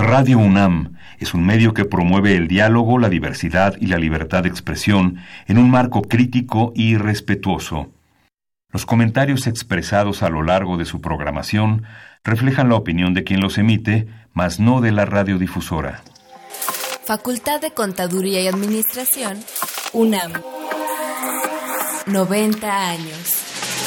Radio UNAM es un medio que promueve el diálogo, la diversidad y la libertad de expresión en un marco crítico y respetuoso. Los comentarios expresados a lo largo de su programación reflejan la opinión de quien los emite, mas no de la radiodifusora. Facultad de Contaduría y Administración, UNAM. 90 años.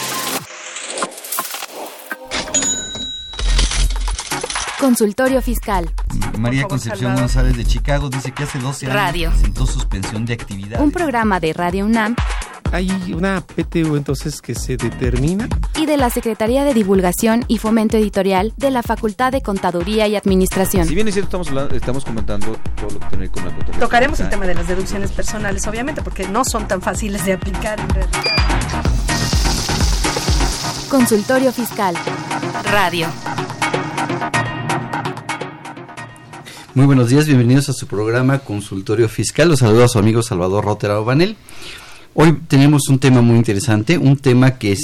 Consultorio Fiscal. María Concepción González de Chicago dice que hace 12 años presentó suspensión de actividad. Un programa de Radio UNAM. Hay una PTU entonces que se determina. Y de la Secretaría de Divulgación y Fomento Editorial de la Facultad de Contaduría y Administración. Si bien es cierto, estamos comentando todo lo que tiene con la contabilidad. Tocaremos el tema de las deducciones personales, obviamente, porque no son tan fáciles de aplicar en realidad. Consultorio Fiscal. Radio. Muy buenos días, bienvenidos a su programa Consultorio Fiscal. Los saludo a su amigo Salvador Rotera Obanel. Hoy tenemos un tema muy interesante, un tema que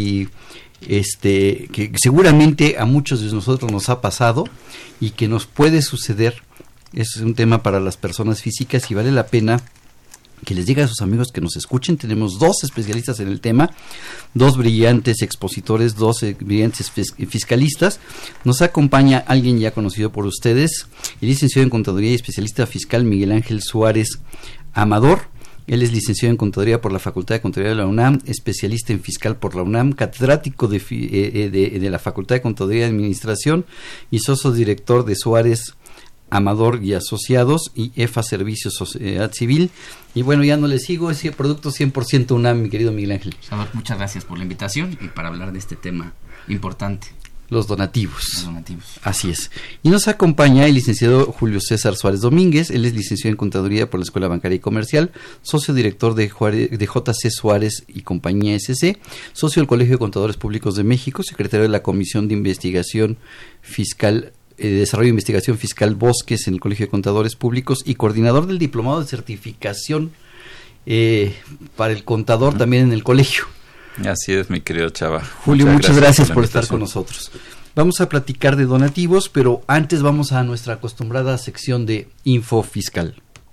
que seguramente a muchos de nosotros nos ha pasado y que nos puede suceder. Es un tema para las personas físicas y vale la pena que les diga a sus amigos que nos escuchen. Tenemos dos especialistas en el tema, dos brillantes expositores, dos brillantes fiscalistas. Nos acompaña alguien ya conocido por ustedes, el licenciado en Contaduría y especialista fiscal Miguel Ángel Suárez Amador. Él es licenciado en Contaduría por la Facultad de Contaduría de la UNAM, especialista en Fiscal por la UNAM, catedrático de la Facultad de Contaduría y Administración y socio director de Suárez Amador y Asociados y EFA Servicios Sociedad Civil. Y bueno, ya no le sigo, ese producto 100% UNAM, mi querido Miguel Ángel. Salvador, muchas gracias por la invitación y para hablar de este tema importante. Los donativos. Así es. Y nos acompaña el licenciado Julio César Suárez Domínguez. Él es licenciado en Contaduría por la Escuela Bancaria y Comercial, socio director de JC Suárez y Compañía SC, socio del Colegio de Contadores Públicos de México, secretario de la Comisión de Investigación Fiscal, Desarrollo de Investigación Fiscal Bosques en el Colegio de Contadores Públicos y coordinador del Diplomado de Certificación para el contador también en el colegio. Así es, mi querido Chava. Julio, muchas gracias por estar con nosotros. Vamos a platicar de donativos, pero antes vamos a nuestra acostumbrada sección de Info Fiscal.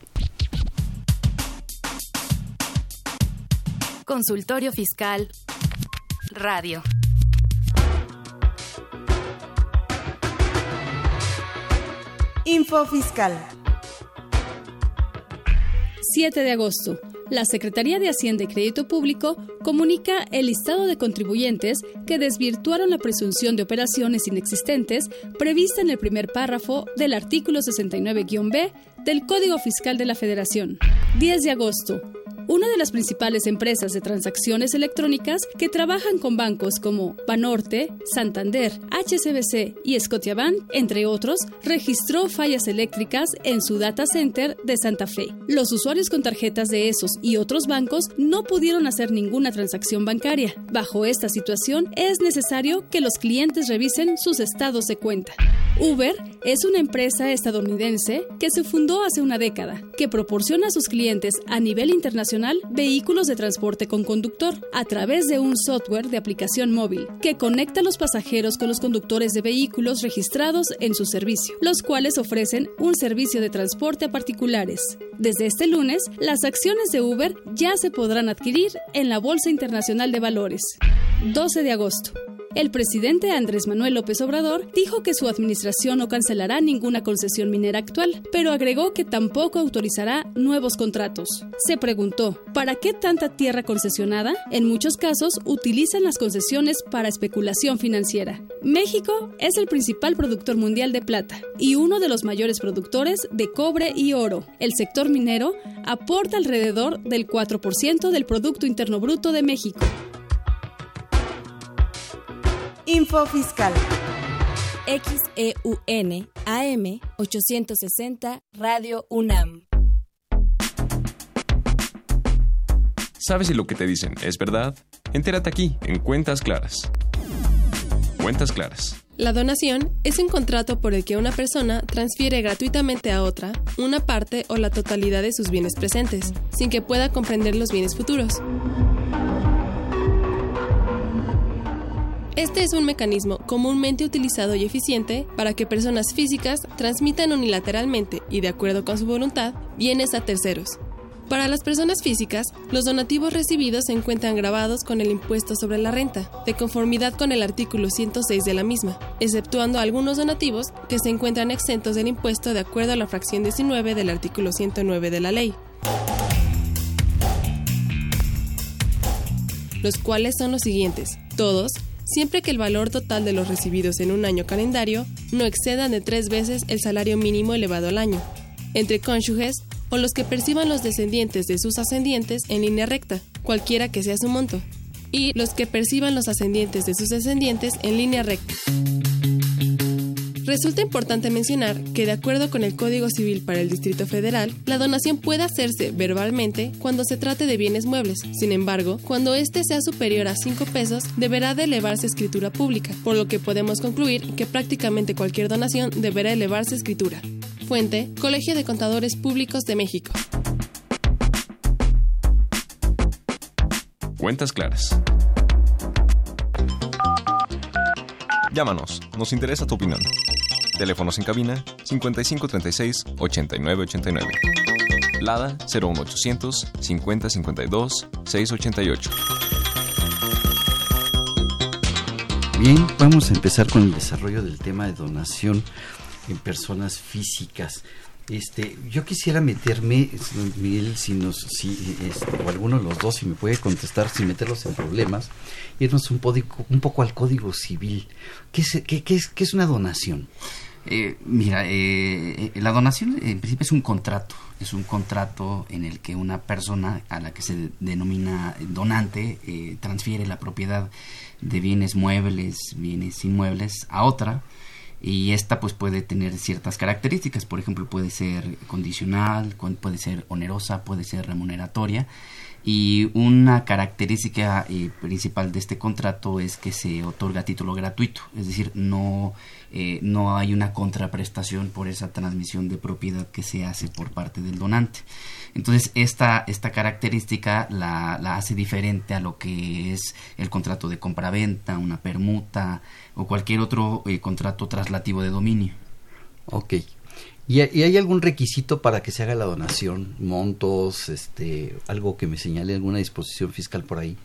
Consultorio Fiscal. Radio. Info Fiscal. 7 de agosto. La Secretaría de Hacienda y Crédito Público comunica el listado de contribuyentes que desvirtuaron la presunción de operaciones inexistentes prevista en el primer párrafo del artículo 69-B del Código Fiscal de la Federación. 10 de agosto. Una de las principales empresas de transacciones electrónicas que trabajan con bancos como Banorte, Santander, HSBC y Scotiabank, entre otros, registró fallas eléctricas en su data center de Santa Fe. Los usuarios con tarjetas de esos y otros bancos no pudieron hacer ninguna transacción bancaria. Bajo esta situación, es necesario que los clientes revisen sus estados de cuenta. Uber es una empresa estadounidense que se fundó hace una década, que proporciona a sus clientes a nivel internacional vehículos de transporte con conductor a través de un software de aplicación móvil que conecta a los pasajeros con los conductores de vehículos registrados en su servicio, los cuales ofrecen un servicio de transporte a particulares. Desde este lunes, las acciones de Uber ya se podrán adquirir en la Bolsa Internacional de Valores. 12 de agosto. El presidente Andrés Manuel López Obrador dijo que su administración no cancelará ninguna concesión minera actual, pero agregó que tampoco autorizará nuevos contratos. Se preguntó, ¿para qué tanta tierra concesionada? En muchos casos utilizan las concesiones para especulación financiera. México es el principal productor mundial de plata y uno de los mayores productores de cobre y oro. El sector minero aporta alrededor del 4% del Producto Interno Bruto de México. Info Fiscal. XEUN AM 860 Radio UNAM. ¿Sabes si lo que te dicen es verdad? Entérate aquí, en Cuentas Claras. Cuentas Claras. La donación es un contrato por el que una persona transfiere gratuitamente a otra una parte o la totalidad de sus bienes presentes, sin que pueda comprender los bienes futuros. Este es un mecanismo comúnmente utilizado y eficiente para que personas físicas transmitan unilateralmente y de acuerdo con su voluntad bienes a terceros. Para las personas físicas, los donativos recibidos se encuentran grabados con el impuesto sobre la renta, de conformidad con el artículo 106 de la misma, exceptuando algunos donativos que se encuentran exentos del impuesto de acuerdo a la fracción 19 del artículo 109 de la ley, los cuales son los siguientes: todos, siempre que el valor total de los recibidos en un año calendario no excedan de 3 veces el salario mínimo elevado al año, entre cónyuges o los que perciban los descendientes de sus ascendientes en línea recta, cualquiera que sea su monto, y los que perciban los ascendientes de sus descendientes en línea recta. Resulta importante mencionar que, de acuerdo con el Código Civil para el Distrito Federal, la donación puede hacerse verbalmente cuando se trate de bienes muebles. Sin embargo, cuando este sea superior a 5 pesos, deberá de elevarse escritura pública, por lo que podemos concluir que prácticamente cualquier donación deberá elevarse escritura. Fuente: Colegio de Contadores Públicos de México. Cuentas claras. Llámanos, nos interesa tu opinión. Teléfonos en cabina 5536-8989. Lada 01800 5052 688. Bien, vamos a empezar con el desarrollo del tema de donación en personas físicas. Yo quisiera meterme, Miguel, o alguno de los dos, si me puede contestar sin meterlos en problemas, irnos un poco al Código Civil. ¿Qué es una donación? La donación en principio es un contrato en el que una persona a la que se denomina donante transfiere la propiedad de bienes muebles, bienes inmuebles a otra. Y esta pues puede tener ciertas características, por ejemplo puede ser condicional, puede ser onerosa, puede ser remuneratoria, y una característica principal de este contrato es que se otorga a título gratuito, es decir, no hay una contraprestación por esa transmisión de propiedad que se hace por parte del donante. Entonces esta característica la hace diferente a lo que es el contrato de compraventa, una permuta o cualquier otro contrato traslativo de dominio. Ok. ¿Y hay algún requisito para que se haga la donación? ¿Montos? ¿Algo que me señale, alguna disposición fiscal por ahí?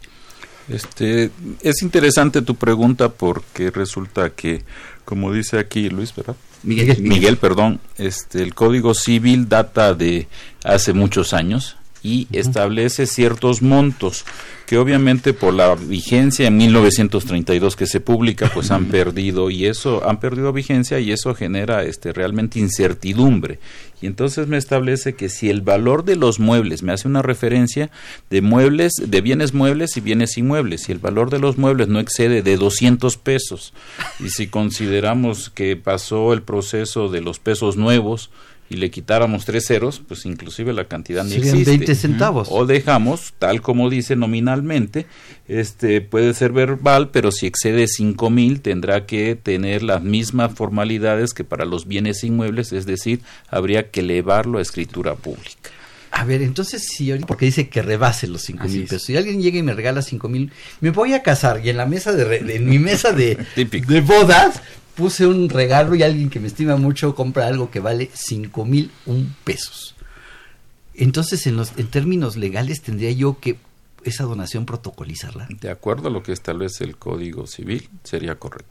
Es interesante tu pregunta porque resulta que, como dice aquí Luis, ¿verdad? Miguel, perdón, el Código Civil data de hace muchos años y establece ciertos montos que obviamente por la vigencia en 1932 que se publica pues han perdido vigencia y eso genera realmente incertidumbre. Y entonces me establece que si el valor de los muebles, me hace una referencia de muebles, de bienes muebles y bienes inmuebles, si el valor de los muebles no excede de 200 pesos y si consideramos que pasó el proceso de los pesos nuevos y le quitáramos 3 ceros, pues inclusive la cantidad ni existe. 20 centavos. O dejamos, tal como dice nominalmente, puede ser verbal, pero si excede 5,000 tendrá que tener las mismas formalidades que para los bienes inmuebles, es decir, habría que elevarlo a escritura pública. A ver, entonces, porque dice que rebase los 5,000 pesos. Si alguien llega y me regala 5,000, me voy a casar y en la mesa en mi mesa de bodas puse un regalo y alguien que me estima mucho compra algo que vale 5,001 pesos. Entonces, en términos legales, tendría yo que esa donación protocolizarla. De acuerdo a lo que establece el Código Civil, sería correcto.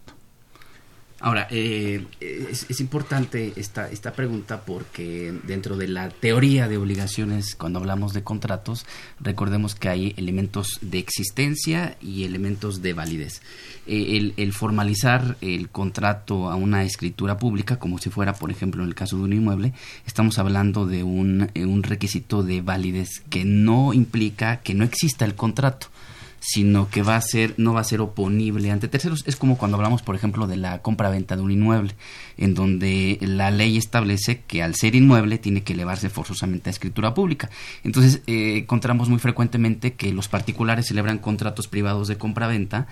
Ahora, es importante esta pregunta porque dentro de la teoría de obligaciones, cuando hablamos de contratos, recordemos que hay elementos de existencia y elementos de validez. El formalizar el contrato a una escritura pública, como si fuera, por ejemplo, en el caso de un inmueble, estamos hablando de un requisito de validez que no implica que no exista el contrato, sino que no va a ser oponible ante terceros. Es como cuando hablamos, por ejemplo, de la compra-venta de un inmueble, en donde la ley establece que al ser inmueble tiene que elevarse forzosamente a escritura pública. Entonces, encontramos muy frecuentemente que los particulares celebran contratos privados de compra-venta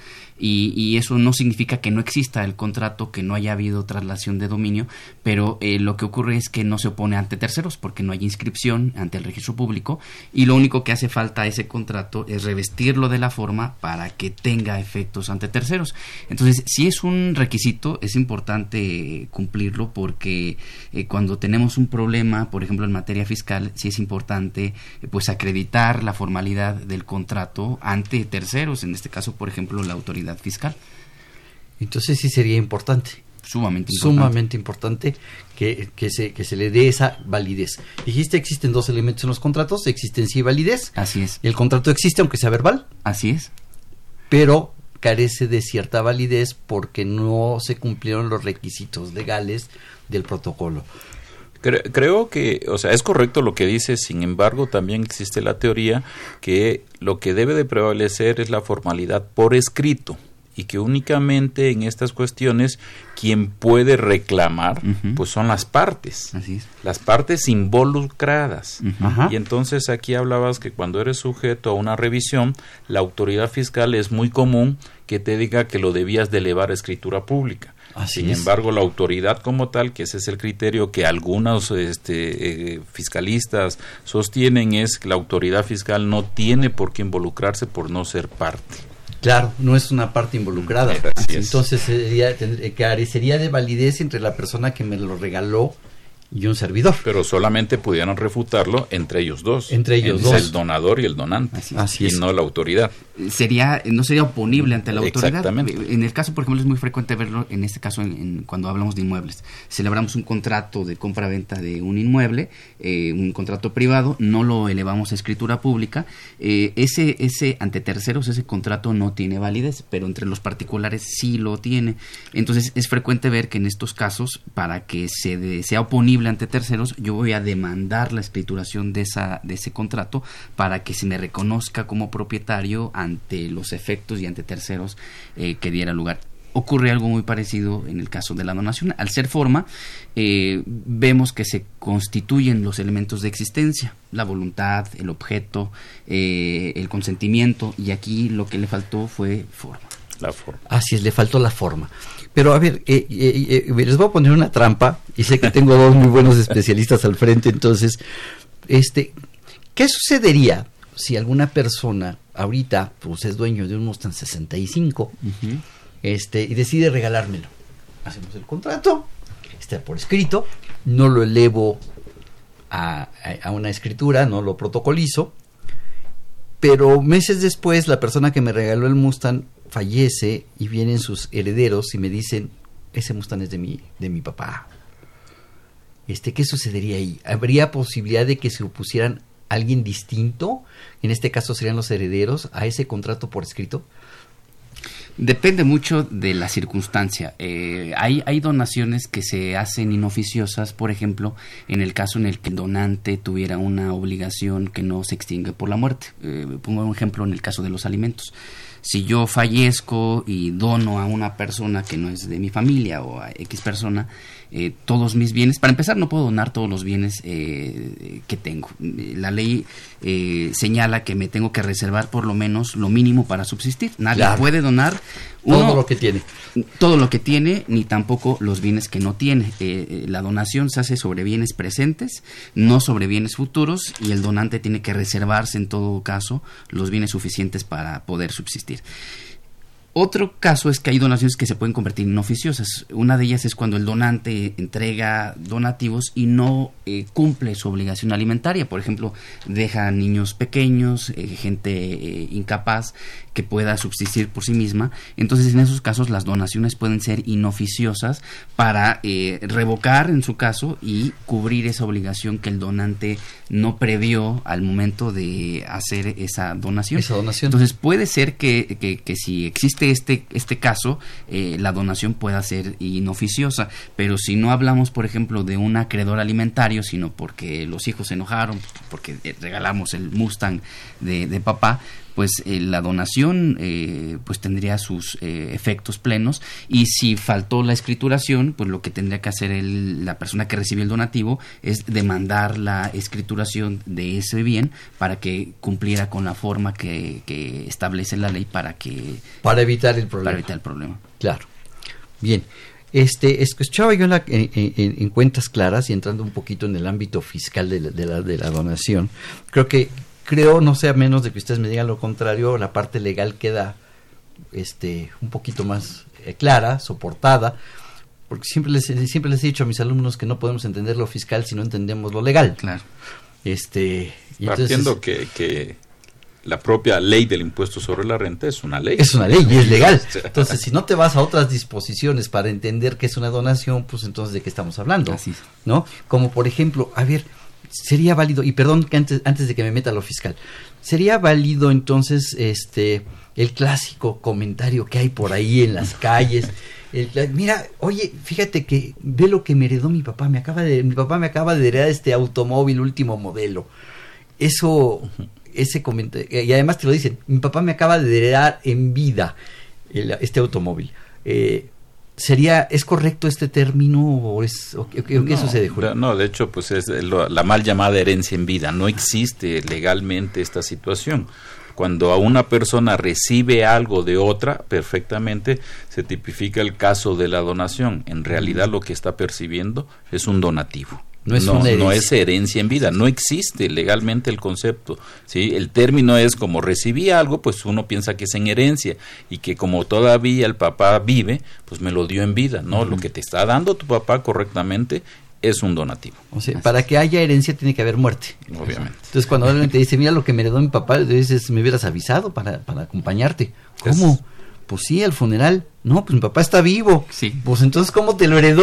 y eso no significa que no exista el contrato, que no haya habido traslación de dominio, pero lo que ocurre es que no se opone ante terceros porque no hay inscripción ante el registro público y lo único que hace falta a ese contrato es revestirlo de la forma para que tenga efectos ante terceros. Entonces, si es un requisito, es importante cumplirlo, porque cuando tenemos un problema, por ejemplo en materia fiscal, sí es importante pues acreditar la formalidad del contrato ante terceros, en este caso, por ejemplo, la autoridad fiscal. Entonces sí sería importante. Sumamente importante que se le dé esa validez. Dijiste, existen dos elementos en los contratos, existencia y validez. Así es. El contrato existe aunque sea verbal. Así es. Pero carece de cierta validez porque no se cumplieron los requisitos legales del protocolo. Creo que, o sea, es correcto lo que dice, sin embargo, también existe la teoría que lo que debe de prevalecer es la formalidad por escrito, y que únicamente en estas cuestiones quien puede reclamar pues son las partes. Así es. Las partes involucradas. Y entonces aquí hablabas que cuando eres sujeto a una revisión, la autoridad fiscal es muy común que te diga que lo debías de elevar a escritura pública. Sin embargo, la autoridad como tal, que ese es el criterio que algunos fiscalistas sostienen, es que la autoridad fiscal no tiene por qué involucrarse por no ser parte. Claro, no es una parte involucrada. Entonces carecería de validez entre la persona que me lo regaló y un servidor. Pero solamente pudieron refutarlo entre ellos dos. Entre ellos dos. El donador y el donante. Así es. Y no la autoridad. No sería oponible ante la autoridad. Exactamente. En el caso, por ejemplo, es muy frecuente verlo, en este caso, cuando hablamos de inmuebles. Celebramos un contrato de compra-venta de un inmueble, un contrato privado, no lo elevamos a escritura pública. Ese ante terceros, ese contrato no tiene validez, pero entre los particulares sí lo tiene. Entonces, es frecuente ver que en estos casos, para que sea oponible ante terceros, yo voy a demandar la escrituración de ese contrato para que se me reconozca como propietario ante los efectos y ante terceros que diera lugar. Ocurre algo muy parecido en el caso de la donación. Al ser forma, vemos que se constituyen los elementos de existencia: la voluntad, el objeto, el consentimiento, y aquí lo que le faltó fue forma. La forma. Así es, le faltó la forma. Pero a ver, les voy a poner una trampa, y sé que tengo dos muy buenos especialistas al frente. Entonces, ¿qué sucedería si alguna persona ahorita pues es dueño de un Mustang 65 y decide regalármelo? Hacemos el contrato, está por escrito, no lo elevo a una escritura, no lo protocolizo, pero meses después la persona que me regaló el Mustang fallece y vienen sus herederos y me dicen: ese Mustang es de mi papá. ¿Qué sucedería ahí? ¿Habría posibilidad de que se opusieran alguien distinto? En este caso serían los herederos a ese contrato por escrito. Depende mucho de la circunstancia. Hay donaciones que se hacen inoficiosas, por ejemplo, en el caso en el que el donante tuviera una obligación que no se extingue por la muerte. Pongo un ejemplo en el caso de los alimentos. Si yo fallezco y dono a una persona que no es de mi familia o a X persona, todos mis bienes, para empezar no puedo donar todos los bienes que tengo. La ley señala que me tengo que reservar por lo menos lo mínimo para subsistir. Nadie puede donar todo lo que tiene. Todo lo que tiene, ni tampoco los bienes que no tiene. La donación se hace sobre bienes presentes, no sobre bienes futuros, y el donante tiene que reservarse en todo caso los bienes suficientes para poder subsistir. Otro caso es que hay donaciones que se pueden convertir en inoficiosas. Una de ellas es cuando el donante entrega donativos y no cumple su obligación alimentaria. Por ejemplo, deja niños pequeños, gente incapaz que pueda subsistir por sí misma. Entonces, en esos casos, las donaciones pueden ser inoficiosas para revocar, en su caso, y cubrir esa obligación que el donante no previó al momento de hacer esa donación. Entonces, puede ser que si existe este caso, la donación pueda ser inoficiosa, pero si no hablamos, por ejemplo, de un acreedor alimentario, sino porque los hijos se enojaron, porque regalamos el Mustang de papá, pues la donación pues tendría sus efectos plenos, y si faltó la escrituración, pues lo que tendría que hacer la persona que recibió el donativo es demandar la escrituración de ese bien para que cumpliera con la forma que establece la ley para evitar el problema. Claro. Bien. Escuchaba yo en Cuentas Claras, y entrando un poquito en el ámbito fiscal de la donación, creo que creo, no sé, a menos de que ustedes me digan lo contrario, la parte legal queda un poquito más clara, soportada, porque siempre les he dicho a mis alumnos que no podemos entender lo fiscal si no entendemos lo legal. Claro. Partiendo que la propia ley del impuesto sobre la renta es una ley. Es una ley y es legal. Entonces, si no te vas a otras disposiciones para entender que es una donación, pues entonces ¿de qué estamos hablando? Así es. ¿No? Como por ejemplo, a ver, sería válido, y perdón que antes de que me meta a lo fiscal, sería válido entonces el clásico comentario que hay por ahí en las calles. Mira, oye, fíjate que ve lo que me heredó mi papá. Mi papá me acaba de heredar este automóvil último modelo. Ese comentario, y además te lo dicen, mi papá me acaba de heredar en vida este automóvil. ¿Es correcto este término o qué sucede, Julio? No, de hecho, pues es la mal llamada herencia en vida. No existe legalmente esta situación. Cuando a una persona recibe algo de otra, perfectamente se tipifica el caso de la donación. En realidad lo que está percibiendo es un donativo. No es herencia en vida, no existe legalmente el concepto, ¿sí? El término es como recibí algo, pues uno piensa que es en herencia y que como todavía el papá vive, pues me lo dio en vida, ¿no? Lo que te está dando tu papá correctamente es un donativo. O sea, para que haya herencia tiene que haber muerte. Obviamente. Entonces cuando alguien te dice, mira lo que me heredó mi papá, le dices, me hubieras avisado para acompañarte. ¿Cómo? Pues sí, al funeral. No, pues mi papá está vivo. Sí. Pues entonces, ¿cómo te lo heredó?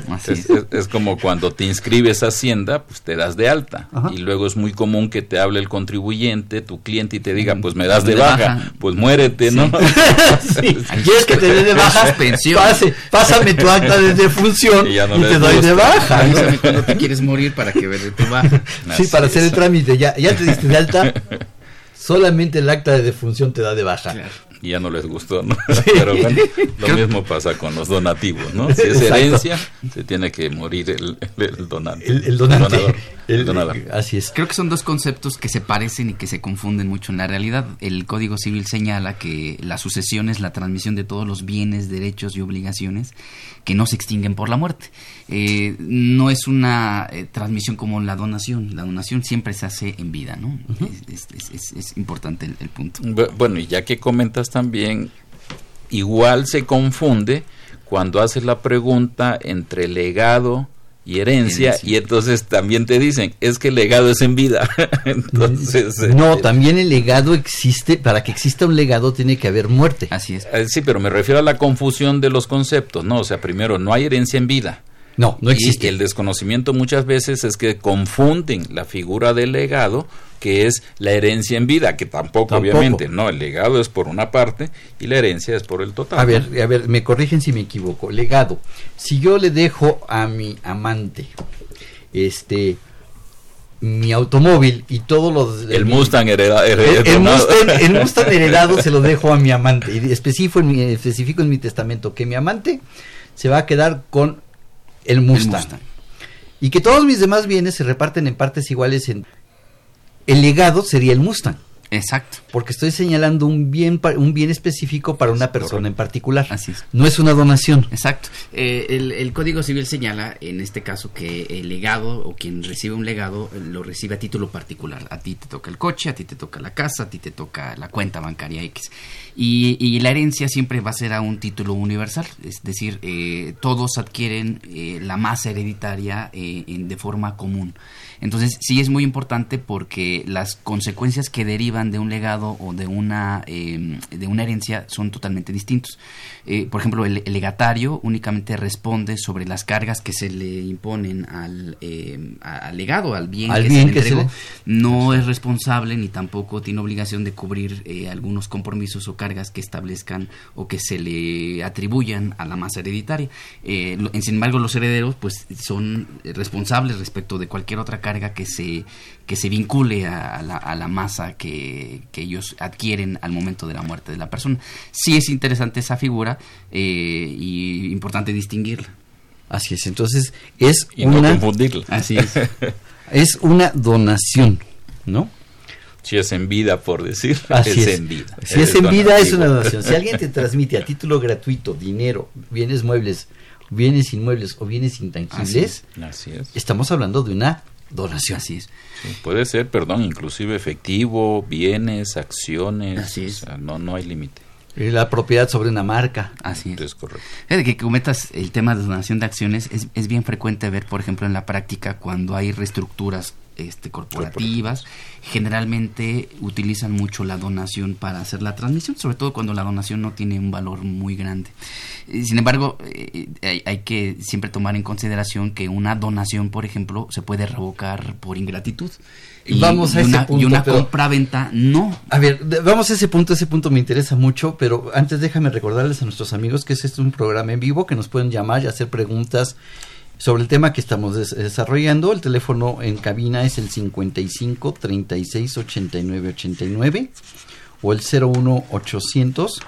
Es como cuando te inscribes a Hacienda, pues te das de alta. Ajá. Y luego es muy común que te hable el contribuyente, tu cliente, y te diga, pues me das de baja. Pues muérete, ¿no? Sí. ¿Quieres que te dé de baja? Pásame tu acta de defunción y te doy de baja. Avísame cuando te quieres morir para que vea de tu baja. Sí, para hacer el trámite. Ya te diste de alta, solamente el acta de defunción te da de baja. Claro. Y ya no les gustó, ¿no? Sí. Pero bueno, lo mismo pasa con los donativos, ¿no? Si es herencia, se tiene que morir el donante. El donador. Así es. Creo que son dos conceptos que se parecen y que se confunden mucho en la realidad. El Código Civil señala que la sucesión es la transmisión de todos los bienes, derechos y obligaciones que no se extinguen por la muerte. No es una transmisión como la donación. La donación siempre se hace en vida, ¿no? Uh-huh. Es importante el punto. Bueno, y ya que comentas también, igual se confunde cuando haces la pregunta entre legado y herencia, y entonces también te dicen, es que el legado es en vida. Entonces también el legado existe. Para que exista un legado tiene que haber muerte. Así es. Sí, pero me refiero a la confusión de los conceptos, ¿no? O sea, primero, no hay herencia en vida. No existe. Y el desconocimiento muchas veces es que confunden la figura del legado, que es la herencia en vida, que tampoco. Obviamente, no, el legado es por una parte y la herencia es por el total. A ver, me corrigen si me equivoco. Legado, si yo le dejo a mi amante mi automóvil y todo lo el Mustang heredado. El Mustang heredado se lo dejo a mi amante, y especifico en mi testamento que mi amante se va a quedar con el Mustang. Y que todos mis demás bienes se reparten en partes iguales. El legado sería el Mustang. Exacto. Porque estoy señalando un bien específico para una persona en particular. Así es. No es una donación. Exacto. El Código Civil señala, en este caso, que el legado, o quien recibe un legado, lo recibe a título particular. A ti te toca el coche, a ti te toca la casa, a ti te toca la cuenta bancaria X. Y la herencia siempre va a ser a un título universal. Es decir, todos adquieren la masa hereditaria de forma común. Entonces sí es muy importante porque las consecuencias que derivan de un legado o de una herencia son totalmente distintos. Por ejemplo, el legatario únicamente responde sobre las cargas que se le imponen al legado, al bien que se le entregó. No es responsable ni tampoco tiene obligación de cubrir algunos compromisos o cargas que establezcan o que se le atribuyan a la masa hereditaria. Sin embargo, los herederos pues son responsables respecto de cualquier otra carga que se vincule a la masa que ellos adquieren al momento de la muerte de la persona. Sí es interesante esa figura y importante distinguirla. Así es, entonces no confundirla. Así es. Es una donación, ¿no? Si es en vida, por decir, en vida. Si es en vida, es una donación. Si alguien te transmite a título gratuito dinero, bienes muebles, bienes inmuebles o bienes intangibles, así es. Estamos hablando de una donación. Así es. Sí, puede ser, inclusive efectivo, bienes, acciones. Así es. O sea, no hay límite. La propiedad sobre una marca. Así es. Es correcto. Fíjate que comentas el tema de donación de acciones. Es bien frecuente ver, por ejemplo, en la práctica, cuando hay reestructuras corporativas, generalmente utilizan mucho la donación para hacer la transmisión, sobre todo cuando la donación no tiene un valor muy grande. Sin embargo, hay que siempre tomar en consideración que una donación, por ejemplo, se puede revocar por ingratitud. Vamos a ese punto. Y una compra-venta no. A ver, vamos a ese punto me interesa mucho, pero antes déjame recordarles a nuestros amigos que este es un programa en vivo, que nos pueden llamar y hacer preguntas sobre el tema que estamos desarrollando. El teléfono en cabina es el 55 36 89 89 o el 01 800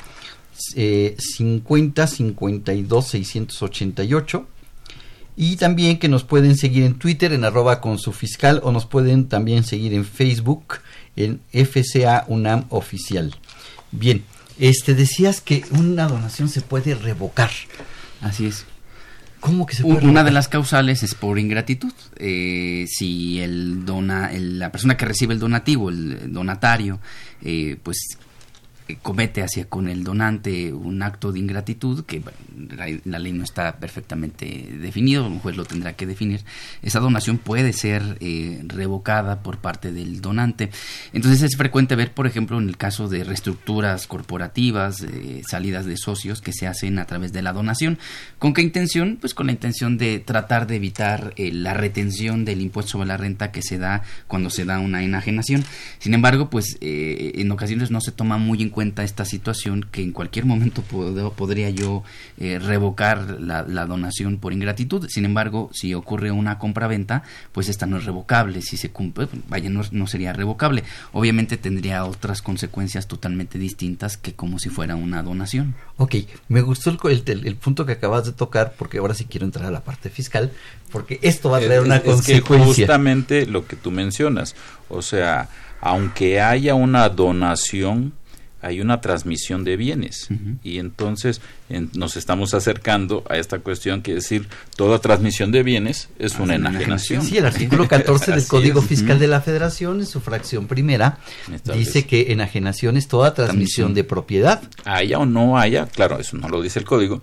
50 52 688. Y también que nos pueden seguir en Twitter en @consufiscal, o nos pueden también seguir en Facebook en FCA UNAM Oficial. Bien, decías que una donación se puede revocar. Así es. ¿Cómo que se puede Una revocar? de las causales es por ingratitud. Si la persona que recibe el donativo, el donatario, pues comete hacia con el donante un acto de ingratitud, que la ley no está perfectamente definido, un juez lo tendrá que definir, esa donación puede ser revocada por parte del donante. Entonces es frecuente ver, por ejemplo, en el caso de reestructuras corporativas, salidas de socios que se hacen a través de la donación. ¿Con qué intención? Pues con la intención de tratar de evitar la retención del impuesto sobre la renta que se da cuando se da una enajenación. Sin embargo, pues en ocasiones no se toma muy en cuenta esta situación, que en cualquier momento podría yo revocar la donación por ingratitud. Sin embargo, si ocurre una compra-venta, pues esta no es revocable. Si se cumple, no sería revocable. Obviamente tendría otras consecuencias totalmente distintas que como si fuera una donación. Ok, me gustó el punto que acabas de tocar, porque ahora sí quiero entrar a la parte fiscal, porque esto va a traer una consecuencia. Es que justamente lo que tú mencionas, o sea, aunque haya una donación, hay una transmisión de bienes. Uh-huh. Y entonces nos estamos acercando a esta cuestión, que decir, toda transmisión de bienes es una enajenación. Sí, el artículo 14 del Código Fiscal de la Federación, en su fracción primera, dice que enajenación es toda transmisión de propiedad. Haya o no haya, claro, eso no lo dice el Código,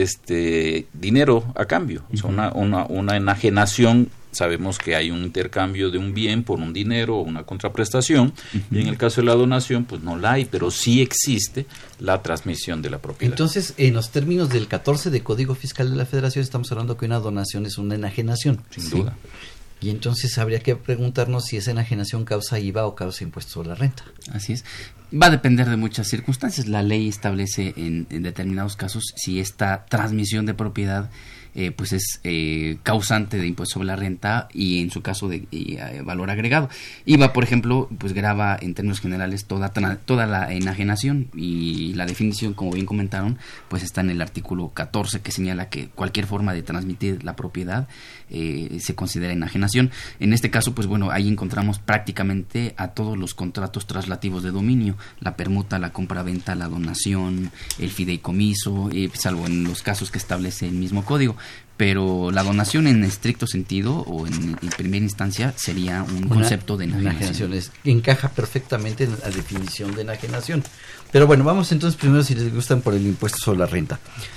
dinero a cambio. Uh-huh. O sea, una enajenación, sabemos que hay un intercambio de un bien por un dinero o una contraprestación, uh-huh. Y en el caso de la donación, pues no la hay, pero sí existe la transmisión de la propiedad. Entonces, en los términos del 14 del Código Fiscal de la Federación, estamos hablando que una donación es una enajenación. Sin duda. Y entonces habría que preguntarnos si esa enajenación causa IVA o causa impuesto sobre la renta. Así es. Va a depender de muchas circunstancias. La ley establece en determinados casos si esta transmisión de propiedad pues es causante de impuesto sobre la renta, y en su caso de valor agregado. IVA, por ejemplo, pues grava en términos generales toda la enajenación, y la definición, como bien comentaron, pues está en el artículo 14, que señala que cualquier forma de transmitir la propiedad se considera enajenación. En este caso, pues bueno, ahí encontramos prácticamente a todos los contratos traslativos de dominio: la permuta, la compraventa, la donación, el fideicomiso, salvo en los casos que establece el mismo código. Pero la donación en estricto sentido, o en primera instancia, sería un concepto de enajenación. Encaja perfectamente en la definición de enajenación. Pero bueno, vamos entonces primero, si les gustan, por el impuesto sobre la renta.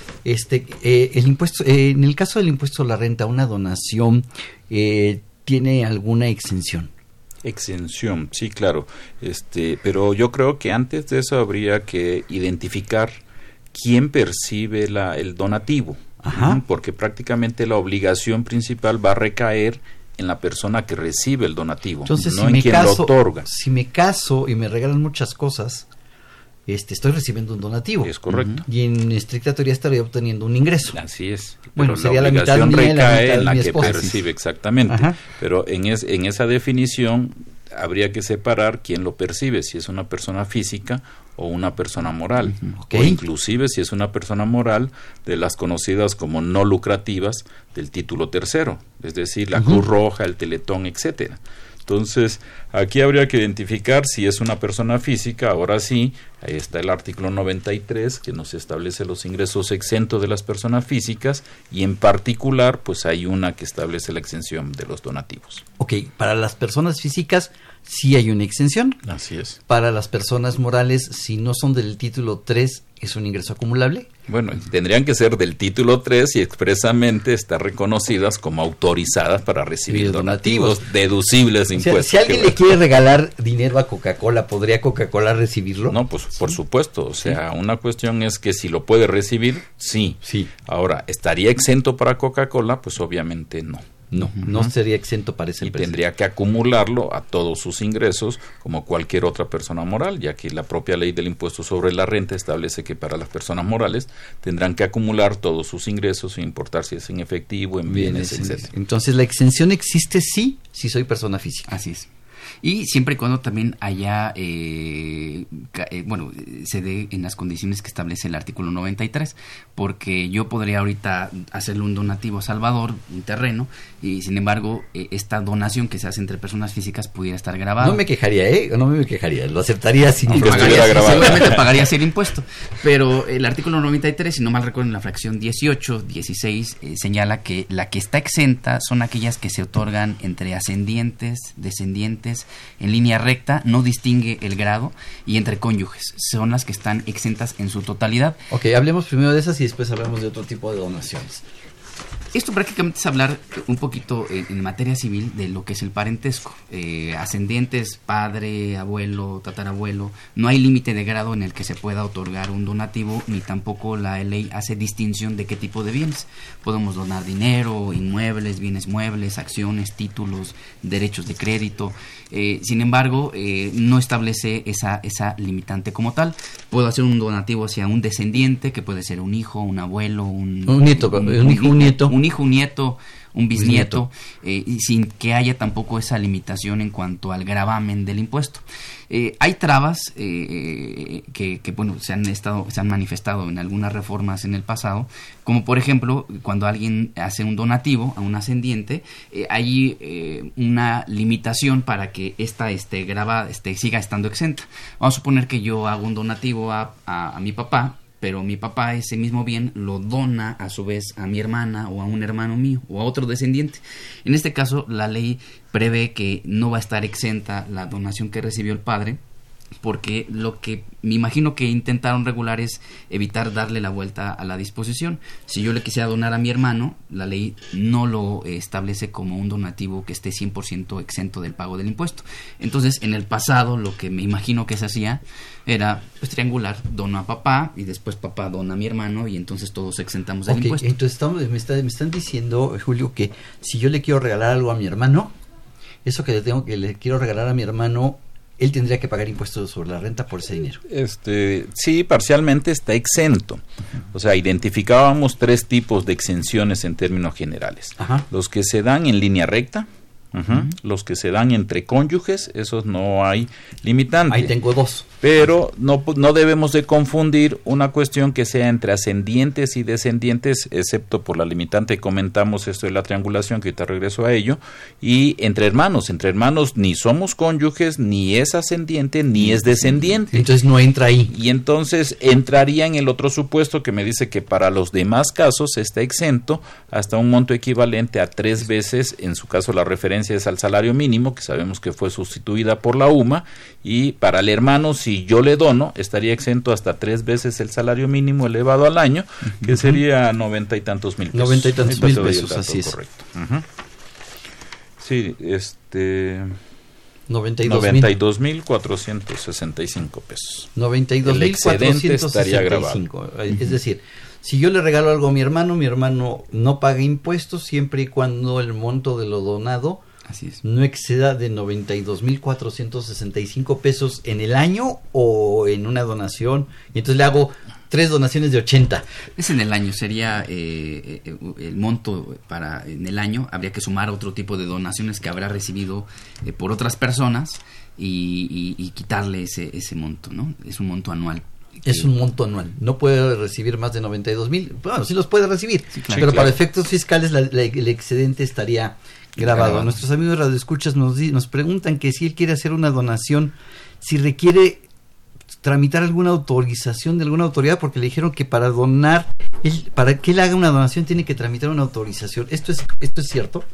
El impuesto, en el caso del impuesto sobre la renta, una donación ¿tiene alguna exención? Exención, sí, claro. Pero yo creo que antes de eso habría que identificar quién percibe el donativo. Ajá. Porque prácticamente la obligación principal va a recaer en la persona que recibe el donativo, entonces, no en quien lo otorga. Si me caso y me regalan muchas cosas, estoy recibiendo un donativo. Es correcto. Y en estricta teoría estaría obteniendo un ingreso. Así es. Bueno, pero sería la obligación la mitad recae en la que esposa. percibe, exactamente. Ajá. Pero en esa definición habría que separar quién lo percibe, si es una persona física o una persona moral, okay. O inclusive si es una persona moral, de las conocidas como no lucrativas del título tercero, es decir, la Cruz Roja, el Teletón, etcétera. Entonces, aquí habría que identificar si es una persona física. Ahora sí, ahí está el artículo 93 que nos establece los ingresos exentos de las personas físicas, y en particular pues hay una que establece la exención de los donativos. Ok, para las personas físicas sí hay una exención. Así es. Para las personas morales, si no son del título 3, ¿es un ingreso acumulable? Bueno, tendrían que ser del título 3 y expresamente estar reconocidas como autorizadas para recibir donativos deducibles de impuestos. Si alguien le quiere regalar dinero a Coca-Cola, ¿podría Coca-Cola recibirlo? No, pues por supuesto. O sea, una cuestión es que si lo puede recibir, sí. Ahora, ¿estaría exento para Coca-Cola? Pues obviamente no. No sería exento para esa empresa. Y tendría que acumularlo a todos sus ingresos como cualquier otra persona moral, ya que la propia ley del impuesto sobre la renta establece que para las personas morales tendrán que acumular todos sus ingresos, sin importar si es en efectivo, en bienes, etc. Entonces, la exención existe sí, si soy persona física. Así es. Y siempre y cuando también haya, se dé en las condiciones que establece el artículo 93, porque yo podría ahorita hacerle un donativo a Salvador, un terreno, y sin embargo, esta donación que se hace entre personas físicas pudiera estar grabada. No me quejaría, lo aceptaría sin seguramente pagaría el impuesto, pero el artículo 93, si no mal recuerdo, en la fracción 18, 16, señala que la que está exenta son aquellas que se otorgan entre ascendientes, descendientes, en línea recta, no distingue el grado, y entre cónyuges, son las que están exentas en su totalidad. Ok, hablemos primero de esas y después hablamos de otro tipo de donaciones. Esto prácticamente es hablar un poquito en materia civil de lo que es el parentesco. Ascendientes, padre, abuelo, tatarabuelo. No hay límite de grado en el que se pueda otorgar un donativo, ni tampoco la ley hace distinción de qué tipo de bienes. Podemos donar dinero, inmuebles, bienes muebles, acciones, títulos, derechos de crédito. Sin embargo, no establece esa limitante como tal. Puedo hacer un donativo hacia un descendiente, que puede ser un hijo, un abuelo, un nieto, un nieto, un bisnieto, y sin que haya tampoco esa limitación en cuanto al gravamen del impuesto. Hay trabas que se han manifestado en algunas reformas en el pasado, como por ejemplo cuando alguien hace un donativo a un ascendiente, hay una limitación para que esta siga estando exenta. Vamos a suponer que yo hago un donativo a mi papá, pero mi papá ese mismo bien lo dona a su vez a mi hermana o a un hermano mío o a otro descendiente. En este caso, la ley prevé que no va a estar exenta la donación que recibió el padre, porque lo que me imagino que intentaron regular es evitar darle la vuelta a la disposición. Si yo le quisiera donar a mi hermano, la ley no lo establece como un donativo que esté 100% exento del pago del impuesto. Entonces, en el pasado, lo que me imagino que se hacía era triangular: dono a papá y después papá dona a mi hermano, y entonces todos exentamos del impuesto. Entonces me están diciendo, Julio, que si yo le quiero regalar algo a mi hermano, eso que le quiero regalar a mi hermano, él tendría que pagar impuestos sobre la renta por ese dinero. Sí, parcialmente está exento. O sea, identificábamos 3 tipos de exenciones en términos generales. Ajá. Los que se dan en línea recta, los que se dan entre cónyuges, esos no hay limitante. Ahí tengo 2. Pero no debemos de confundir una cuestión que sea entre ascendientes y descendientes, excepto por la limitante que comentamos, esto de la triangulación, que ahorita regreso a ello, y entre hermanos. Entre hermanos ni somos cónyuges, ni es ascendiente, ni es descendiente. Entonces no entra ahí. Y entonces entraría en el otro supuesto que me dice que para los demás casos está exento hasta un monto equivalente a 3 veces, en su caso la referencia es al salario mínimo, que sabemos que fue sustituida por la UMA, y para el hermano, si yo le dono, estaría exento hasta 3 veces el salario mínimo elevado al año, que sería 90 y tantos mil pesos. 90 y tantos mil pesos, así es. Correcto. Sí, 92,465 pesos. 92,465. Es decir, si yo le regalo algo a mi hermano no paga impuestos siempre y cuando el monto de lo donado no exceda de 92,465 pesos en el año o en una donación, y entonces le hago 3 donaciones de 80. Es en el año, sería el monto en el año. Habría que sumar otro tipo de donaciones que habrá recibido por otras personas y quitarle ese monto, ¿no? Es un monto anual. Es un monto anual, no puede recibir más de 92,000, bueno, sí los puede recibir, pero para efectos fiscales el excedente estaría grabado. Nuestros amigos radioescuchas nos preguntan que si él quiere hacer una donación, si requiere tramitar alguna autorización de alguna autoridad, porque le dijeron que para donar, para que él haga una donación tiene que tramitar una autorización. ¿Esto es cierto?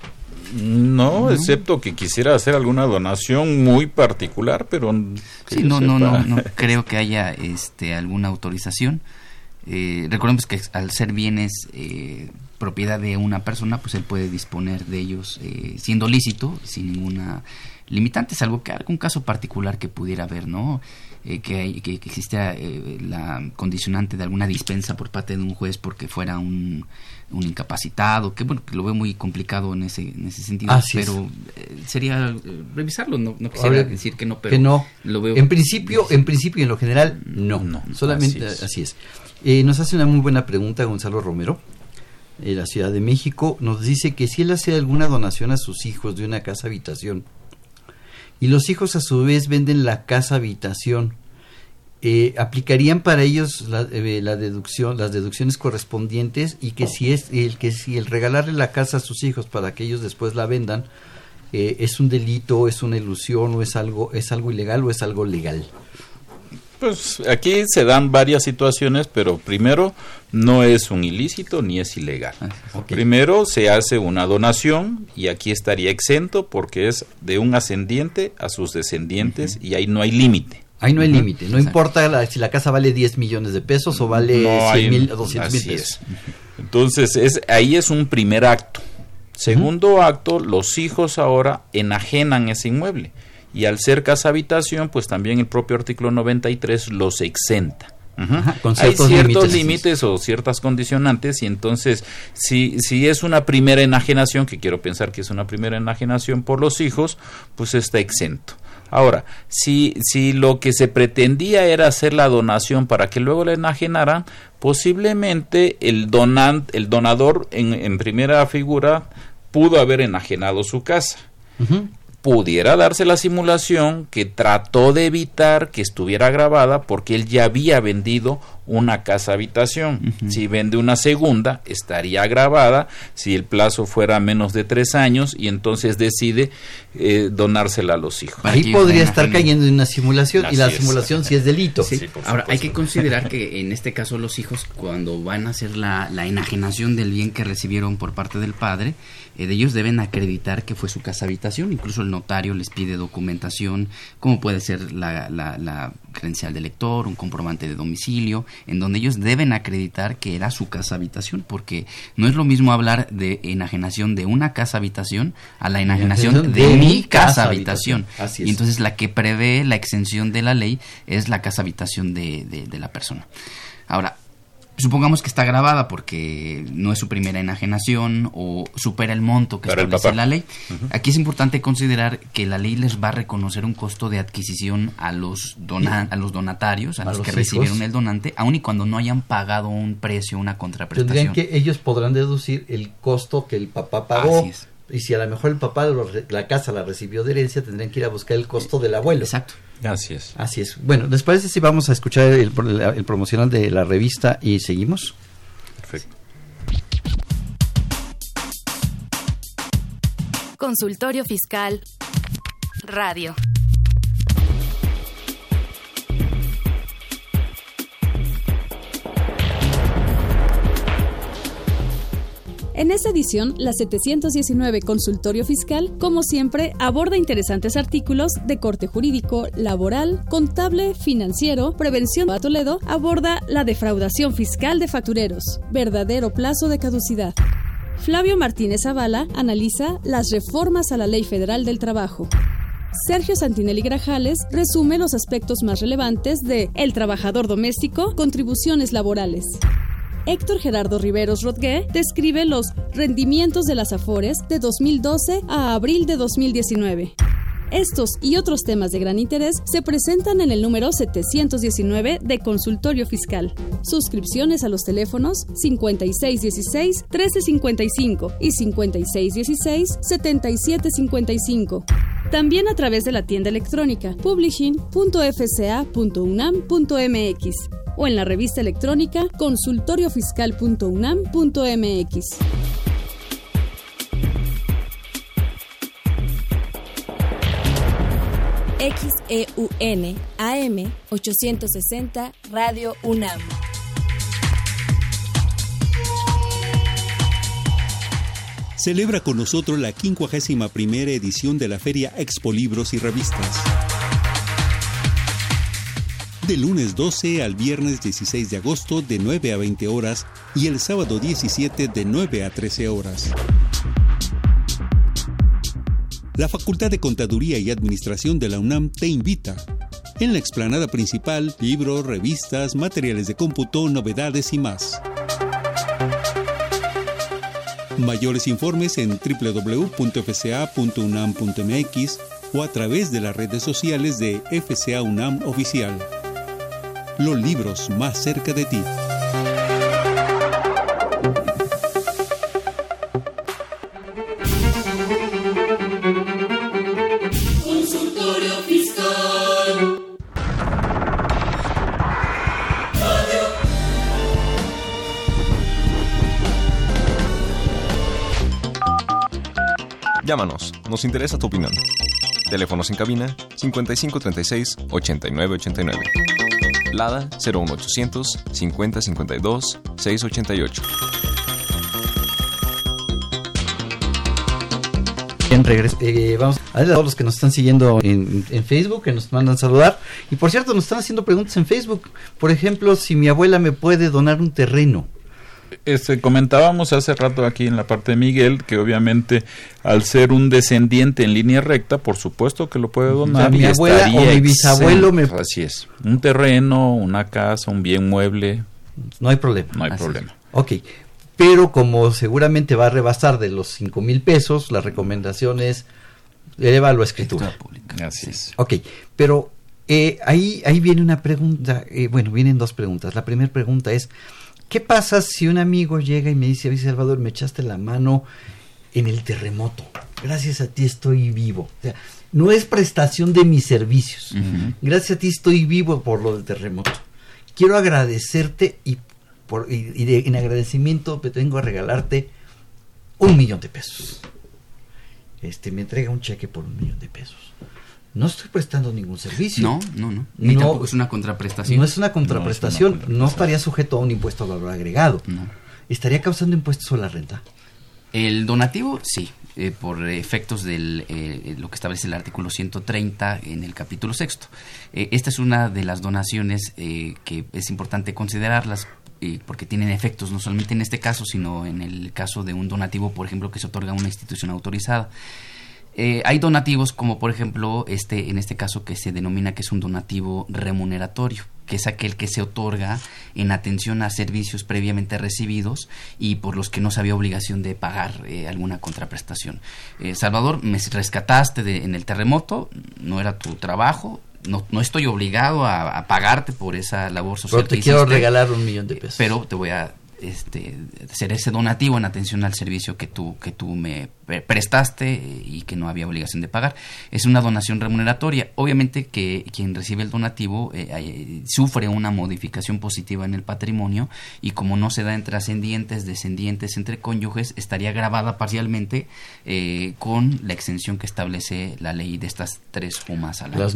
No, excepto que quisiera hacer alguna donación muy particular, pero sí, no creo que haya alguna autorización. Recordemos que al ser bienes propiedad de una persona, pues él puede disponer de ellos siendo lícito, sin ninguna limitante, salvo que algún caso particular que pudiera haber, ¿no? Que exista la condicionante de alguna dispensa por parte de un juez porque fuera un incapacitado, que bueno, que lo veo muy complicado en ese sentido, pero sería revisarlo, no quisiera decir que no, pero que no. Lo veo. En principio y en lo general, no. Solamente así es. Nos hace una muy buena pregunta Gonzalo Romero, de la Ciudad de México. Nos dice que si él hace alguna donación a sus hijos de una casa habitación y los hijos a su vez venden la casa habitación, aplicarían para ellos las deducciones correspondientes, y que si el regalarle la casa a sus hijos para que ellos después la vendan es un delito, es una ilusión, o es algo ilegal o es algo legal. Pues aquí se dan varias situaciones, pero primero no es un ilícito ni es ilegal. Okay. Primero se hace una donación y aquí estaría exento porque es de un ascendiente a sus descendientes, y ahí no hay límite. Ahí no hay límite, no importa si la casa vale 10 millones de pesos o vale 100,000 o 200,000 pesos. Entonces ahí es un primer acto. Segundo acto, los hijos ahora enajenan ese inmueble. Y al ser casa habitación, pues también el propio artículo 93 los exenta. Hay ciertos límites o ciertas condicionantes, y entonces si es una primera enajenación, que quiero pensar que es una primera enajenación por los hijos, pues está exento. Ahora, si lo que se pretendía era hacer la donación para que luego la enajenaran, posiblemente el donador en primera figura pudo haber enajenado su casa. Pudiera darse la simulación que trató de evitar que estuviera grabada porque él ya había vendido una casa habitación. Si vende una segunda, estaría grabada si el plazo fuera menos de 3 años, y entonces decide donársela a los hijos. Ahí podría estar cayendo en una simulación, y la simulación sí es delito. Sí. Ahora, hay que considerar que en este caso los hijos, cuando van a hacer la enajenación del bien que recibieron por parte del padre, de ellos deben acreditar que fue su casa habitación. Incluso el notario les pide documentación, como puede ser la credencial de lector, un comprobante de domicilio, en donde ellos deben acreditar que era su casa habitación, porque no es lo mismo hablar de enajenación de una casa habitación a la enajenación de mi casa habitación. Así es. Y entonces la que prevé la exención de la ley es la casa habitación de la persona. Ahora, supongamos que está grabada porque no es su primera enajenación o supera el monto que establece la ley. Aquí es importante considerar que la ley les va a reconocer un costo de adquisición a los donatarios, a los que recibieron el donante, aun y cuando no hayan pagado un precio, una contraprestación. Ellos podrán deducir el costo que el papá pagó. Así es. Y si a lo mejor el papá la casa la recibió de herencia, tendrían que ir a buscar el costo del abuelo. Exacto. Así es. Así es. Bueno, ¿les parece si vamos a escuchar el promocional de la revista y seguimos? Perfecto. Consultorio Fiscal Radio. En esta edición, la 719 Consultorio Fiscal, como siempre, aborda interesantes artículos de corte jurídico, laboral, contable, financiero, prevención. A Toledo aborda la defraudación fiscal de factureros, verdadero plazo de caducidad. Flavio Martínez Zavala analiza las reformas a la Ley Federal del Trabajo. Sergio Santinelli Grajales resume los aspectos más relevantes de El trabajador doméstico, contribuciones laborales. Héctor Gerardo Riveros Rodgué describe los rendimientos de las Afores de 2012 a abril de 2019. Estos y otros temas de gran interés se presentan en el número 719 de Consultorio Fiscal. Suscripciones a los teléfonos 5616-1355 y 5616-7755. También a través de la tienda electrónica publishing.fca.unam.mx o en la revista electrónica consultoriofiscal.unam.mx. XEUN AM 860 Radio UNAM. Celebra con nosotros la 51ª edición de la Feria Expo Libros y Revistas. De lunes 12 al viernes 16 de agosto de 9 a 20 horas y el sábado 17 de 9 a 13 horas. La Facultad de Contaduría y Administración de la UNAM te invita. En la explanada principal, libros, revistas, materiales de cómputo, novedades y más. Mayores informes en www.fca.unam.mx o a través de las redes sociales de FCA UNAM Oficial. Los libros más cerca de ti. Consultorio Fiscal. Llámanos, nos interesa tu opinión. Teléfonos en cabina 5536-8989. LADA 01800 5052 688. Bien, vamos a ver a todos los que nos están siguiendo en Facebook, que nos mandan saludar. Y por cierto, nos están haciendo preguntas en Facebook. Por ejemplo, si mi abuela me puede donar un terreno. Comentábamos hace rato aquí en la parte de Miguel que obviamente al ser un descendiente en línea recta, por supuesto que lo puede donar. Mi abuela o mi bisabuelo Así es, un terreno, una casa, un bien mueble. No hay problema. No hay problema. Ok, pero como seguramente va a rebasar de los 5,000 pesos, la recomendación es eleva a escritura. Así es. Ok, pero ahí viene una pregunta, vienen dos preguntas. La primera pregunta es, ¿qué pasa si un amigo llega y me dice, oye Salvador, me echaste la mano en el terremoto? Gracias a ti estoy vivo. O sea, no es prestación de mis servicios. Uh-huh. Gracias a ti estoy vivo por lo del terremoto. Quiero agradecerte y en agradecimiento te vengo a regalarte $1,000,000. Me entrega un cheque por $1,000,000. No estoy prestando ningún servicio. No. Ni tampoco es una contraprestación. No es una contraprestación. No estaría sujeto a un impuesto al valor agregado. No. ¿Estaría causando impuestos sobre la renta? El donativo, sí. Por efectos de lo que establece el artículo 130 en el capítulo 6. Esta es una de las donaciones que es importante considerarlas porque tienen efectos no solamente en este caso, sino en el caso de un donativo, por ejemplo, que se otorga a una institución autorizada. Hay donativos como por ejemplo en este caso que se denomina que es un donativo remuneratorio, que es aquel que se otorga en atención a servicios previamente recibidos y por los que no se había obligación de pagar alguna contraprestación. Salvador, me rescataste en el terremoto, no era tu trabajo, no estoy obligado a pagarte por esa labor social. Pero te quiero regalar $1,000,000. Pero te voy a hacer ese donativo en atención al servicio que tú me prestaste y que no había obligación de pagar. Es una donación remuneratoria. Obviamente que quien recibe el donativo sufre una modificación positiva en el patrimonio y como no se da entre ascendientes, descendientes, entre cónyuges, estaría gravada parcialmente con la exención que establece la ley de estas 3 sumas al año. Las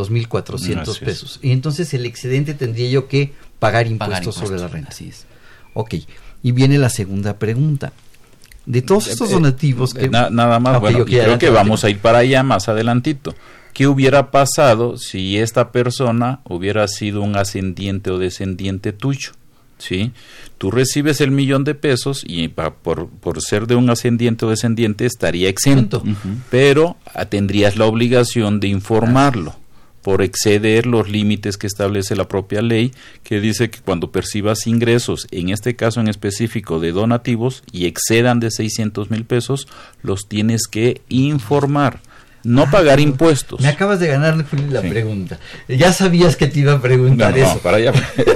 92,400 pesos. Y entonces el excedente tendría yo que pagar impuestos sobre la renta. Así es. Ok, y viene la segunda pregunta. De todos estos donativos que... Nada más, creo que vamos a ir para allá más adelantito. ¿Qué hubiera pasado si esta persona hubiera sido un ascendiente o descendiente tuyo? ¿Sí? Tú recibes el $1,000,000 y por ser de un ascendiente o descendiente estaría exento, pero tendrías la obligación de informarlo. Por exceder los límites que establece la propia ley, que dice que cuando percibas ingresos, en este caso en específico de donativos, y excedan de 600,000 pesos, los tienes que informar, no pagar impuestos. Me acabas de ganar la pregunta. Ya sabías que te iba a preguntar eso. No, para allá.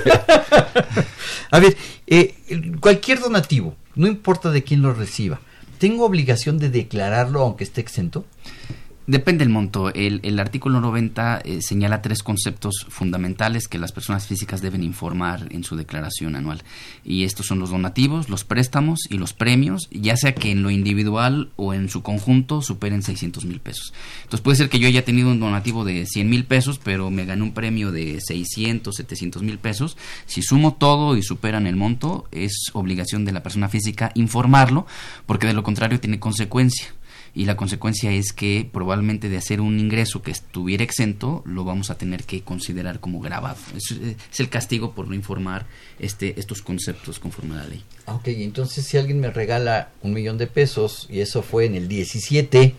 A ver, cualquier donativo, no importa de quién lo reciba, ¿tengo obligación de declararlo aunque esté exento? Depende del monto. El artículo 90 señala 3 conceptos fundamentales que las personas físicas deben informar en su declaración anual. Y estos son los donativos, los préstamos y los premios, ya sea que en lo individual o en su conjunto superen 600,000 pesos. Entonces puede ser que yo haya tenido un donativo de 100,000 pesos, pero me gané un premio de 600, 700,000 pesos. Si sumo todo y superan el monto, es obligación de la persona física informarlo, porque de lo contrario tiene consecuencia. Y la consecuencia es que probablemente de hacer un ingreso que estuviera exento, lo vamos a tener que considerar como gravado. Es el castigo por no informar estos conceptos conforme a la ley. Ok, entonces si alguien me regala 1,000,000 de pesos, y eso fue en el 17,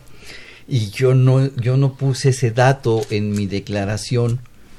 y yo no puse ese dato en mi declaración,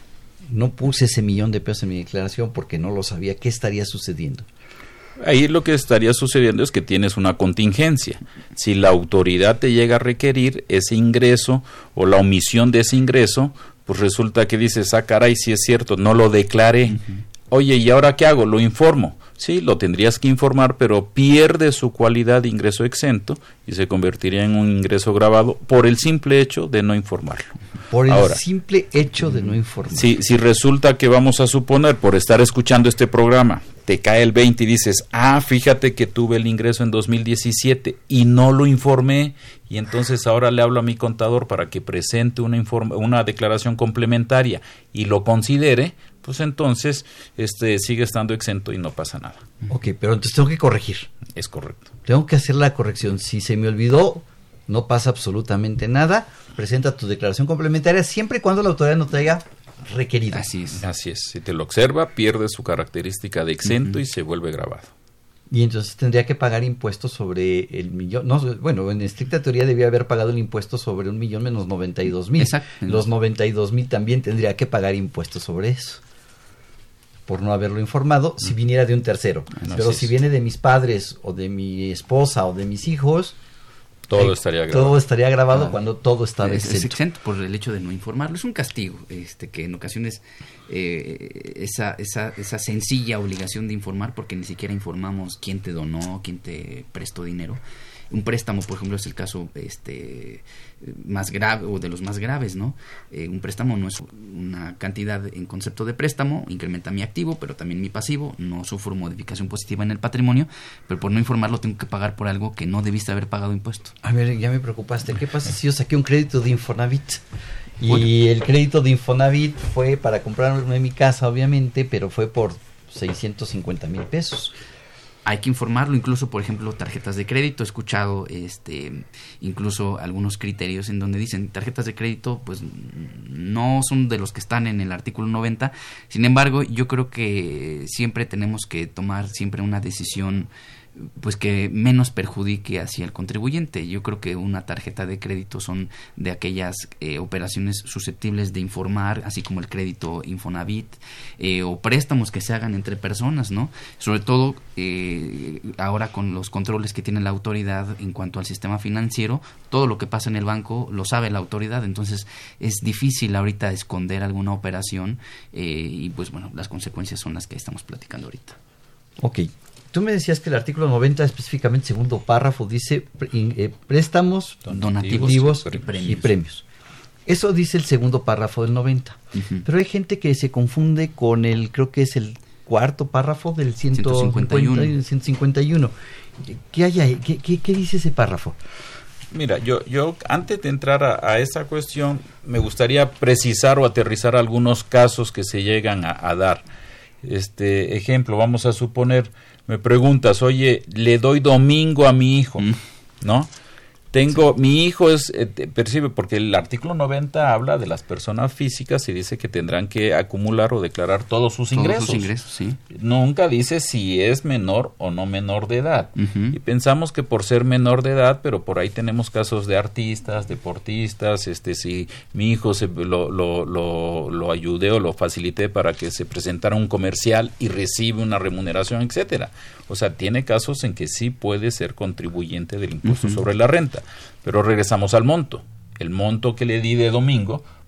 no puse ese 1,000,000 de pesos en mi declaración porque no lo sabía, ¿qué estaría sucediendo? Ahí lo que estaría sucediendo es que tienes una contingencia. Si la autoridad te llega a requerir ese ingreso o la omisión de ese ingreso, pues resulta que dices, caray, si es cierto, no lo declaré. Oye, ¿y ahora qué hago? ¿Lo informo? Sí, lo tendrías que informar, pero pierde su cualidad de ingreso exento y se convertiría en un ingreso gravado por el simple hecho de no informarlo. Por el simple hecho de no informar. Si resulta que, vamos a suponer, por estar escuchando este programa, te cae el 20 y dices, fíjate que tuve el ingreso en 2017 y no lo informé, y entonces ahora le hablo a mi contador para que presente una declaración complementaria y lo considere, pues entonces sigue estando exento y no pasa nada. Ok, pero entonces tengo que corregir. Es correcto. Tengo que hacer la corrección. Si se me olvidó, no pasa absolutamente nada. Presenta tu declaración complementaria siempre y cuando la autoridad no te haya requerido. Así es. Si te lo observa, pierde su característica de exento y se vuelve gravado. Y entonces tendría que pagar impuestos sobre el 1,000,000. No, bueno, en estricta teoría debía haber pagado el impuesto sobre 1,000,000 menos 92,000. Exacto. Los 92,000 también tendría que pagar impuestos sobre eso, por no haberlo informado, si viniera de un tercero. Pero si viene de mis padres o de mi esposa o de mis hijos, todo estaría grabado. Todo estaría grabado cuando todo está exento. Es exento por el hecho de no informarlo. Es un castigo, que en ocasiones esa sencilla obligación de informar, porque ni siquiera informamos quién te donó, quién te prestó dinero. Un préstamo, por ejemplo, es el caso más grave o de los más graves, ¿no? Un préstamo no es una cantidad en concepto de préstamo, incrementa mi activo, pero también mi pasivo, no sufro modificación positiva en el patrimonio, pero por no informarlo tengo que pagar por algo que no debiste haber pagado impuesto. A ver, ya me preocupaste. ¿Qué pasa si yo saqué un crédito de Infonavit? Y el crédito de Infonavit fue para comprarme mi casa, obviamente, pero fue por 650,000 pesos. Hay que informarlo, incluso, por ejemplo, tarjetas de crédito. He escuchado incluso algunos criterios en donde dicen tarjetas de crédito pues no son de los que están en el artículo 90. Sin embargo, yo creo que siempre tenemos que tomar siempre una decisión pues que menos perjudique hacia el contribuyente. Yo creo que una tarjeta de crédito son de aquellas operaciones susceptibles de informar, así como el crédito Infonavit, o préstamos que se hagan entre personas, ¿no? Sobre todo ahora con los controles que tiene la autoridad en cuanto al sistema financiero, todo lo que pasa en el banco lo sabe la autoridad, entonces es difícil ahorita esconder alguna operación y pues bueno, las consecuencias son las que estamos platicando ahorita. Ok. Tú me decías que el artículo 90, específicamente segundo párrafo, dice préstamos, donativos y premios. Eso dice el segundo párrafo del 90. Uh-huh. Pero hay gente que se confunde con creo que es el cuarto párrafo del 151. ¿Qué hay ahí? ¿Qué dice ese párrafo? Mira, yo antes de entrar a esa cuestión, me gustaría precisar o aterrizar algunos casos que se llegan a dar. Ejemplo, vamos a suponer, me preguntas, oye, le doy domingo a mi hijo, ¿no? Mi hijo percibe, porque el artículo 90 habla de las personas físicas y dice que tendrán que acumular o declarar todos sus ingresos. Sí. Nunca dice si es menor o no menor de edad. Uh-huh. Y pensamos que por ser menor de edad, pero por ahí tenemos casos de artistas, deportistas, si mi hijo lo ayudé o lo facilité para que se presentara un comercial y recibe una remuneración, etcétera. O sea, tiene casos en que sí puede ser contribuyente del impuesto sobre la renta. Pero regresamos al monto. El monto que le di de domingo,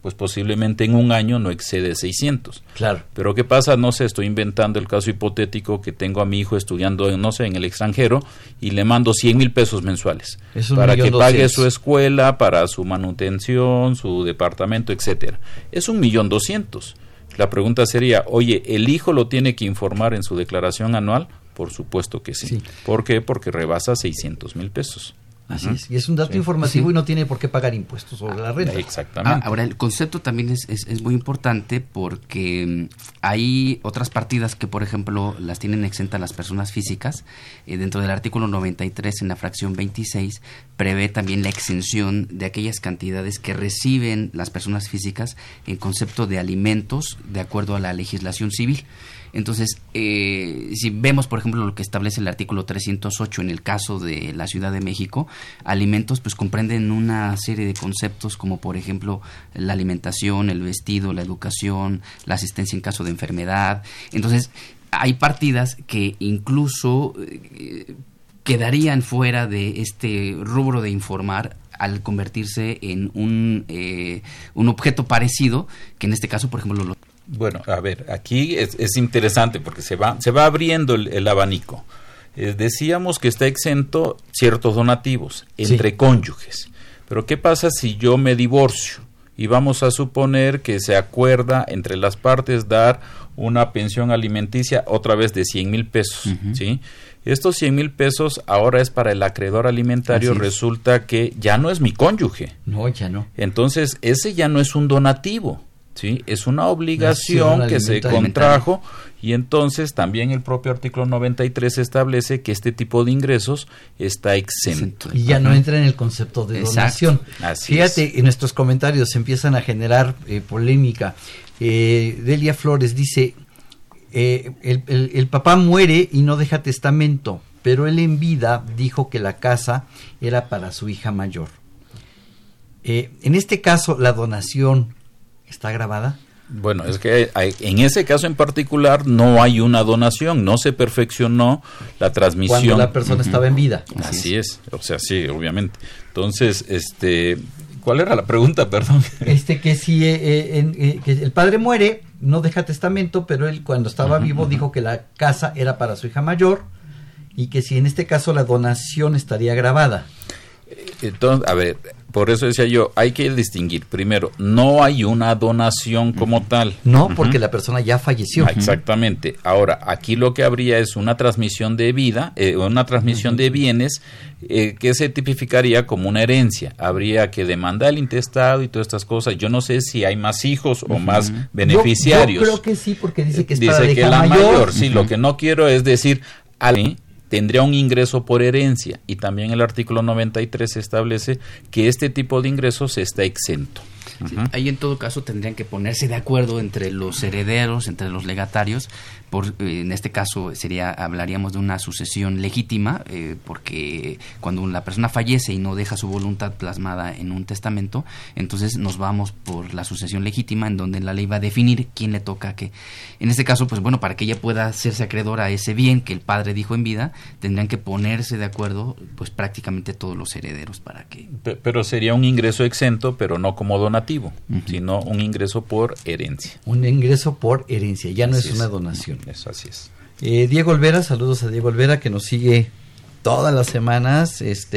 pues posiblemente en un año no excede 600. Claro. Pero ¿qué pasa? No sé, estoy inventando el caso hipotético que tengo a mi hijo estudiando, en el extranjero y le mando 100,000 pesos mensuales para que pague su escuela, para su manutención, su departamento, etcétera. Es 1,200,000. La pregunta sería, oye, ¿el hijo lo tiene que informar en su declaración anual? Por supuesto que sí. ¿Por qué? Porque rebasa 600,000 pesos. Así es, y es un dato informativo y no tiene por qué pagar impuestos sobre la renta. Exactamente. Ahora, el concepto también es muy importante porque hay otras partidas que, por ejemplo, las tienen exentas las personas físicas. Dentro del artículo 93, en la fracción 26, prevé también la exención de aquellas cantidades que reciben las personas físicas en concepto de alimentos de acuerdo a la legislación civil. Entonces, si vemos, por ejemplo, lo que establece el artículo 308 en el caso de la Ciudad de México, alimentos pues comprenden una serie de conceptos como, por ejemplo, la alimentación, el vestido, la educación, la asistencia en caso de enfermedad. Entonces, hay partidas que incluso quedarían fuera de este rubro de informar al convertirse en un objeto parecido, que en este caso, por ejemplo, Bueno, a ver, aquí es interesante porque se va abriendo el abanico. Decíamos que está exento ciertos donativos entre cónyuges, pero ¿qué pasa si yo me divorcio? Y vamos a suponer que se acuerda entre las partes dar una pensión alimenticia otra vez de 100,000 pesos, ¿sí? Estos 100,000 pesos ahora es para el acreedor alimentario, resulta que ya no es mi cónyuge. No, ya no. Entonces, ese ya no es un donativo. Sí, es una obligación que se contrajo y entonces también el propio artículo 93 establece que este tipo de ingresos está exento. Y ya no entra en el concepto de donación. Fíjate, en nuestros comentarios se empiezan a generar polémica. Delia Flores dice, el papá muere y no deja testamento, pero él en vida dijo que la casa era para su hija mayor. En este caso, la donación ¿está grabada? Bueno, es que en ese caso en particular no hay una donación, no se perfeccionó la transmisión. Cuando la persona estaba en vida. Así es, o sea, sí, obviamente. Entonces, ¿cuál era la pregunta, perdón? Que si que el padre muere, no deja testamento, pero él cuando estaba vivo dijo que la casa era para su hija mayor y que si en este caso la donación estaría grabada. Entonces, a ver, por eso decía yo, hay que distinguir. Primero, no hay una donación como tal. No, porque la persona ya falleció. Exactamente. Ahora, aquí lo que habría es una transmisión de vida, una transmisión de bienes que se tipificaría como una herencia. Habría que demandar el intestado y todas estas cosas. Yo no sé si hay más hijos o más beneficiarios. Yo creo que sí, porque dice que es para la mayor. Sí, lo que no quiero es decir, tendría un ingreso por herencia y también el artículo 93 establece que este tipo de ingresos está exento. Sí, ahí en todo caso tendrían que ponerse de acuerdo entre los herederos, entre los legatarios. En este caso hablaríamos de una sucesión legítima, porque cuando la persona fallece y no deja su voluntad plasmada en un testamento, entonces nos vamos por la sucesión legítima, en donde la ley va a definir quién le toca qué. En este caso, pues bueno, para que ella pueda hacerse acreedora a ese bien que el padre dijo en vida, tendrían que ponerse de acuerdo, pues prácticamente todos los herederos para que... Pero sería un ingreso exento, pero no como donativo, sino un ingreso por herencia. Un ingreso por herencia, ya no es una donación. Eso, así es. Diego Olvera, saludos a Diego Olvera, que nos sigue todas las semanas, es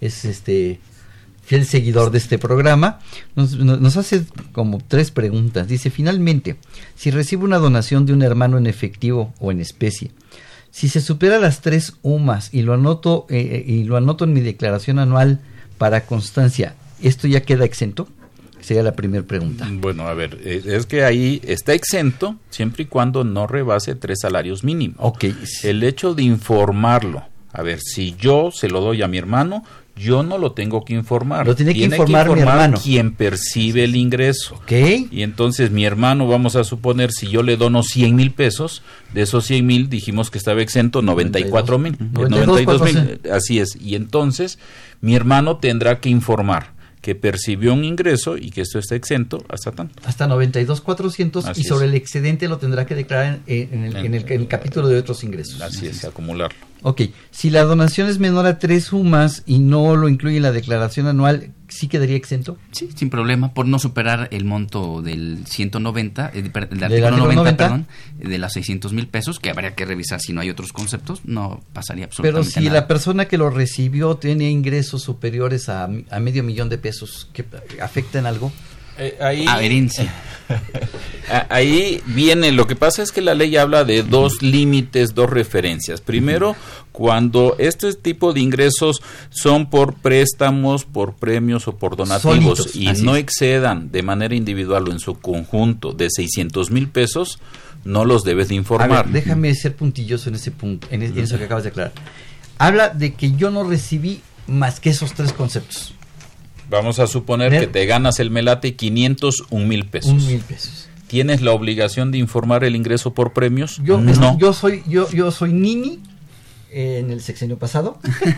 fiel seguidor de este programa. Nos hace como 3 preguntas. Dice, finalmente, si recibo una donación de un hermano en efectivo o en especie, si se supera las 3 UMAS y lo anoto en mi declaración anual para constancia, ¿esto ya queda exento? Sería la primera pregunta. Bueno, a ver, es que ahí está exento siempre y cuando no rebase 3 salarios mínimos. Okay. El hecho de informarlo, a ver, si yo se lo doy a mi hermano, yo no lo tengo que informar. Lo tiene que informar mi hermano. Quien percibe el ingreso. Okay. Y entonces mi hermano, vamos a suponer, si yo le dono 100,000 pesos, de esos 100,000 dijimos que estaba exento 94,000. 92,000. Así es. Y entonces mi hermano tendrá que informar que percibió un ingreso y que esto está exento hasta tanto. Hasta 92,400 y sobre el excedente lo tendrá que declarar en el capítulo de otros ingresos. Así es, acumularlo. Ok, si la donación es menor a 3 UMAS y no lo incluye en la declaración anual, ¿sí quedaría exento? Sí, sin problema, por no superar el monto del 190, del artículo 90, perdón, de las 600,000 pesos, que habría que revisar si no hay otros conceptos, no pasaría absolutamente nada. Pero si la persona que lo recibió tenía ingresos superiores a $500,000 de pesos, ¿qué afecta en algo? Herencia. Ahí viene, lo que pasa es que la ley habla de dos límites, dos referencias. Primero, cuando este tipo de ingresos son por préstamos, por premios o por donativos solitos, y no excedan de manera individual o en su conjunto de 600,000 pesos, no los debes de informar. A ver, déjame ser puntilloso en ese punto, en eso que acabas de aclarar. Habla de que yo no recibí más que esos 3 conceptos. Vamos a suponer que te ganas el melate 501,000 pesos. 1,000 pesos. ¿Tienes la obligación de informar el ingreso por premios? No. Yo soy Nini en el sexenio pasado.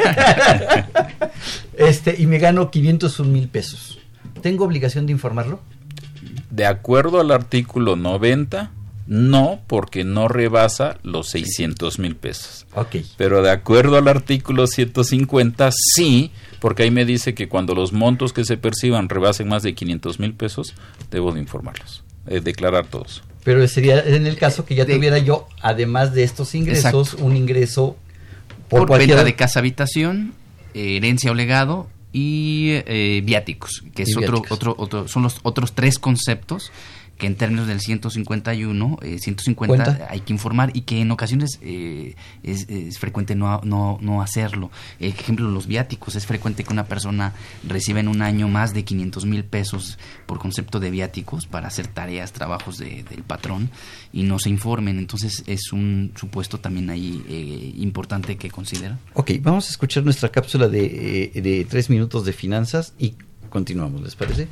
Y me gano 501,000 pesos. ¿Tengo obligación de informarlo? De acuerdo al artículo 90, no, porque no rebasa los 600,000 pesos. Okay. Pero de acuerdo al artículo 150, sí, porque ahí me dice que cuando los montos que se perciban rebasen más de 500,000 pesos, debo de informarlos, declarar todos. Pero sería en el caso que ya tuviera yo, además de estos ingresos, exacto, un ingreso por venta de casa habitación, herencia o legado y viáticos, que es son los otros 3 conceptos que en términos del 150 ¿cuenta? Hay que informar, y que en ocasiones es frecuente no hacerlo. Ejemplo, los viáticos. Es frecuente que una persona reciba en un año más de 500,000 pesos por concepto de viáticos para hacer tareas, trabajos del patrón, y no se informen. Entonces es un supuesto también ahí importante que considerar. Ok, vamos a escuchar nuestra cápsula de 3 minutos de finanzas y continuamos, ¿les parece?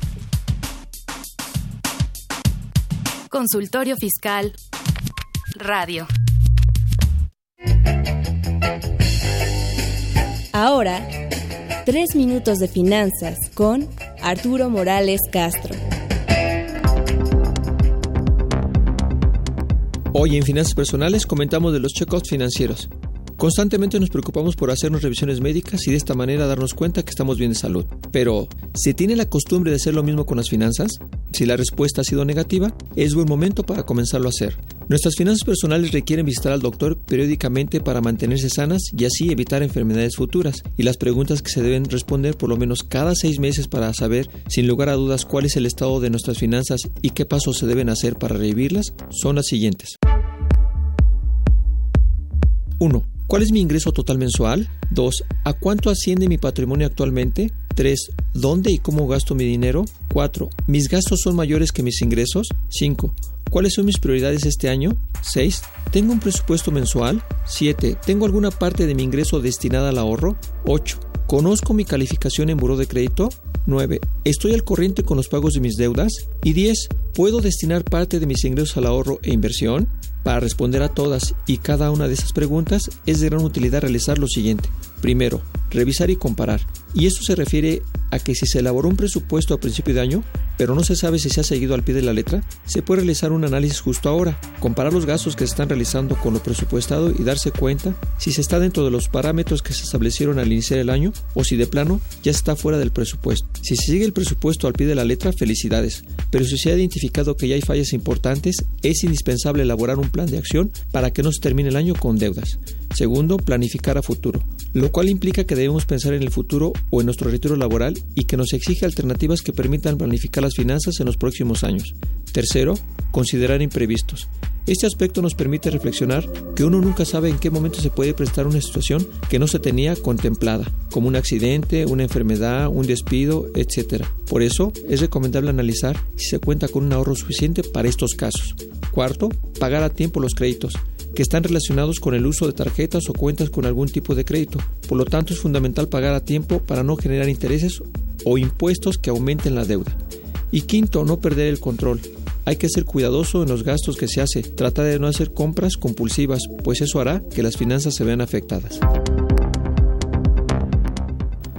Consultorio Fiscal Radio. Ahora, 3 minutos de finanzas con Arturo Morales Castro. Hoy en Finanzas Personales comentamos de los check-outs financieros. Constantemente nos preocupamos por hacernos revisiones médicas y de esta manera darnos cuenta que estamos bien de salud. Pero, ¿se tiene la costumbre de hacer lo mismo con las finanzas? Si la respuesta ha sido negativa, es buen momento para comenzarlo a hacer. Nuestras finanzas personales requieren visitar al doctor periódicamente para mantenerse sanas y así evitar enfermedades futuras. Y las preguntas que se deben responder por lo menos cada 6 meses para saber, sin lugar a dudas, cuál es el estado de nuestras finanzas y qué pasos se deben hacer para revivirlas, son las siguientes. 1. ¿Cuál es mi ingreso total mensual? 2. ¿A cuánto asciende mi patrimonio actualmente? 3. ¿Dónde y cómo gasto mi dinero? 4. ¿Mis gastos son mayores que mis ingresos? 5. ¿Cuáles son mis prioridades este año? 6. ¿Tengo un presupuesto mensual? 7. ¿Tengo alguna parte de mi ingreso destinada al ahorro? 8. ¿Conozco mi calificación en buró de crédito? 9. ¿Estoy al corriente con los pagos de mis deudas? Y 10. ¿Puedo destinar parte de mis ingresos al ahorro e inversión? Para responder a todas y cada una de esas preguntas es de gran utilidad realizar lo siguiente. Primero, revisar y comparar. Y esto se refiere a que si se elaboró un presupuesto a principio de año, pero no se sabe si se ha seguido al pie de la letra, se puede realizar un análisis justo ahora, comparar los gastos que se están realizando con lo presupuestado y darse cuenta si se está dentro de los parámetros que se establecieron al iniciar el año o si de plano ya está fuera del presupuesto. Si se sigue el presupuesto al pie de la letra, felicidades, pero si se ha identificado que ya hay fallas importantes, es indispensable elaborar un plan de acción para que no se termine el año con deudas. Segundo, planificar a futuro, lo cual implica que debemos pensar en el futuro o en nuestro retiro laboral y que nos exige alternativas que permitan planificar las finanzas en los próximos años. Tercero, considerar imprevistos. Este aspecto nos permite reflexionar que uno nunca sabe en qué momento se puede presentar una situación que no se tenía contemplada, como un accidente, una enfermedad, un despido, etc. Por eso, es recomendable analizar si se cuenta con un ahorro suficiente para estos casos. Cuarto, pagar a tiempo los créditos, que están relacionados con el uso de tarjetas o cuentas con algún tipo de crédito. Por lo tanto, es fundamental pagar a tiempo para no generar intereses o impuestos que aumenten la deuda. Y quinto, no perder el control. Hay que ser cuidadoso en los gastos que se hace. Trata de no hacer compras compulsivas, pues eso hará que las finanzas se vean afectadas.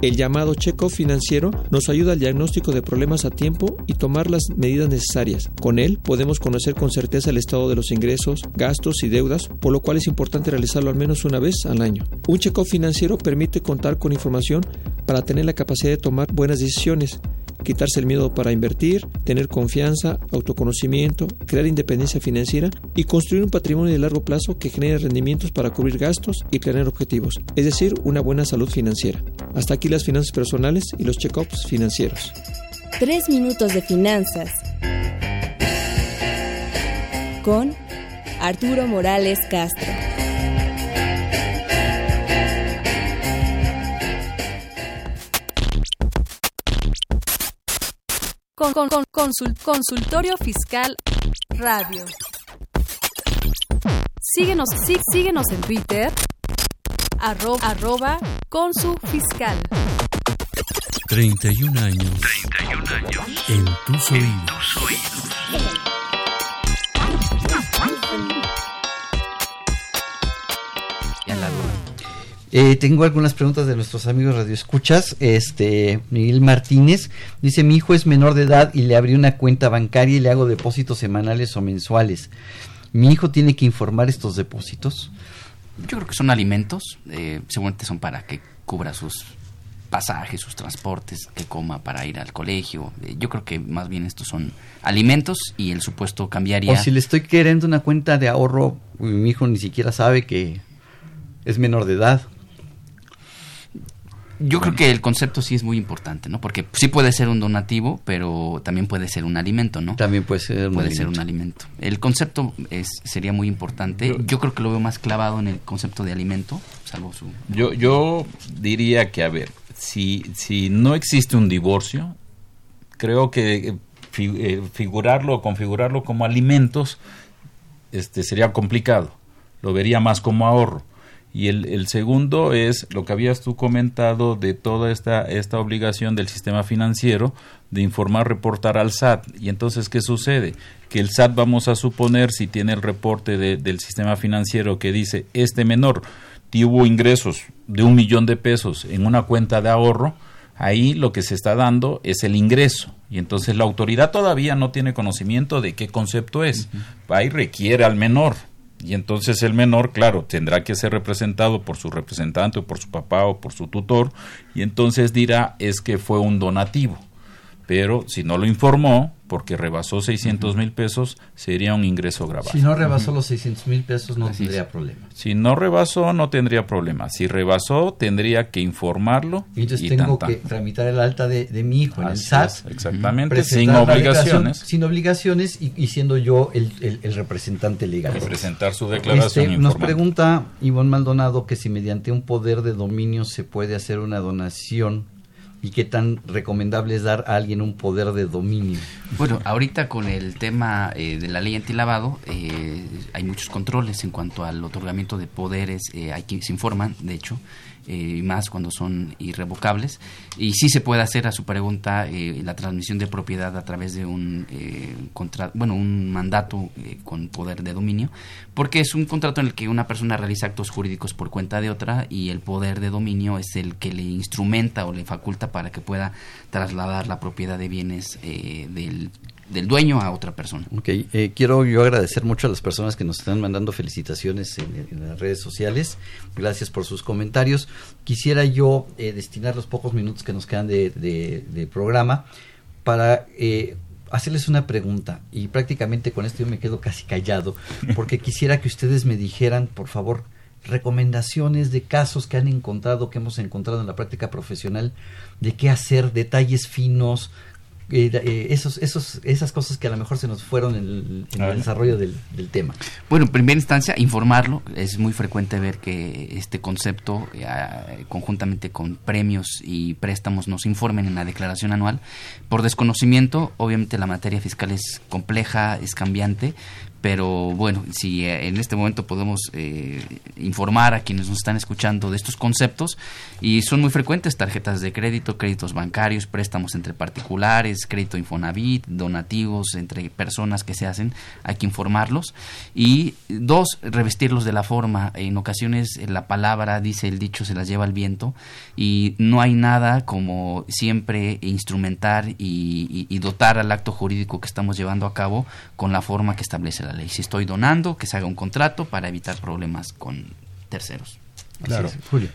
El llamado check-off financiero nos ayuda al diagnóstico de problemas a tiempo y tomar las medidas necesarias. Con él podemos conocer con certeza el estado de los ingresos, gastos y deudas, por lo cual es importante realizarlo al menos una vez al año. Un check-off financiero permite contar con información para tener la capacidad de tomar buenas decisiones, quitarse el miedo para invertir, tener confianza, autoconocimiento, crear independencia financiera y construir un patrimonio de largo plazo que genere rendimientos para cubrir gastos y planear objetivos, es decir, una buena salud financiera. Hasta aquí las finanzas personales y los check-ups financieros. 3 minutos de finanzas con Arturo Morales Castro. Consultorio Fiscal Radio. Síguenos en Twitter, @consufiscal. 31 años en tus oídos. Tengo algunas preguntas de nuestros amigos radioescuchas. Miguel Martínez dice: mi hijo es menor de edad y le abrí una cuenta bancaria y le hago depósitos semanales o mensuales. ¿Mi hijo tiene que informar estos depósitos? Yo creo que son alimentos, seguramente son para que cubra sus pasajes, sus transportes, que coma para ir al colegio. Yo creo que más bien estos son alimentos y el supuesto cambiaría. O si le estoy queriendo una cuenta de ahorro, mi hijo ni siquiera sabe que es menor de edad. Yo creo que el concepto sí es muy importante, ¿no? Porque sí puede ser un donativo, pero también puede ser un alimento, ¿no? También puede ser un alimento. El concepto sería muy importante. Yo creo que lo veo más clavado en el concepto de alimento, salvo su... Yo diría que, a ver, si no existe un divorcio, creo que configurarlo como alimentos sería complicado. Lo vería más como ahorro. Y el segundo es lo que habías tú comentado de toda esta obligación del sistema financiero de informar, reportar al SAT. Y entonces, ¿qué sucede? Que el SAT, vamos a suponer, si tiene el reporte del sistema financiero que dice, este menor tuvo ingresos de 1 millón de pesos en una cuenta de ahorro, ahí lo que se está dando es el ingreso. Y entonces la autoridad todavía no tiene conocimiento de qué concepto es. Ahí requiere al menor. Y entonces el menor, claro, tendrá que ser representado por su representante o por su papá o por su tutor, y entonces dirá es que fue un donativo. Pero si no lo informó, porque rebasó 600,000 pesos, sería un ingreso grabado. Si no rebasó los 600,000 pesos, no tendría problema. Si no rebasó, no tendría problema. Si rebasó, tendría que informarlo. Y entonces tengo que tramitar el alta de mi hijo en el SAT. Exactamente, sin obligaciones. Sin obligaciones y siendo yo el representante legal. Presentar su declaración. Nos pregunta Ivonne Maldonado que si mediante un poder de dominio se puede hacer una donación. ¿Y qué tan recomendable es dar a alguien un poder de dominio? Bueno, ahorita con el tema de la ley antilavado, hay muchos controles en cuanto al otorgamiento de poderes, hay quienes se informan, de hecho, y más cuando son irrevocables. Y sí se puede hacer, a su pregunta, la transmisión de propiedad a través de un mandato con poder de dominio, porque es un contrato en el que una persona realiza actos jurídicos por cuenta de otra y el poder de dominio es el que le instrumenta o le faculta para que pueda trasladar la propiedad de bienes del dueño a otra persona. Okay. Quiero yo agradecer mucho a las personas que nos están mandando felicitaciones en las redes sociales. Gracias por sus comentarios. Quisiera yo destinar los pocos minutos que nos quedan de programa para hacerles una pregunta, y prácticamente con esto yo me quedo casi callado, porque quisiera que ustedes me dijeran, por favor, recomendaciones de casos que han encontrado, que hemos encontrado en la práctica profesional, de qué hacer, detalles finos, esas cosas que a lo mejor se nos fueron en el desarrollo del tema. Bueno, en primera instancia, informarlo. Es muy frecuente ver que este concepto, conjuntamente con premios y préstamos, nos informen en la declaración anual. Por desconocimiento, obviamente la materia fiscal es compleja, es cambiante, pero bueno, si en este momento podemos informar a quienes nos están escuchando de estos conceptos, y son muy frecuentes: tarjetas de crédito, créditos bancarios, préstamos entre particulares, crédito Infonavit, donativos entre personas que se hacen, hay que informarlos. Y 2, revestirlos de la forma. En ocasiones la palabra, dice el dicho, se las lleva el viento, y no hay nada como siempre instrumentar y dotar al acto jurídico que estamos llevando a cabo con la forma que establece la ley. Si estoy donando, que se haga un contrato para evitar problemas con terceros. Claro. Julio.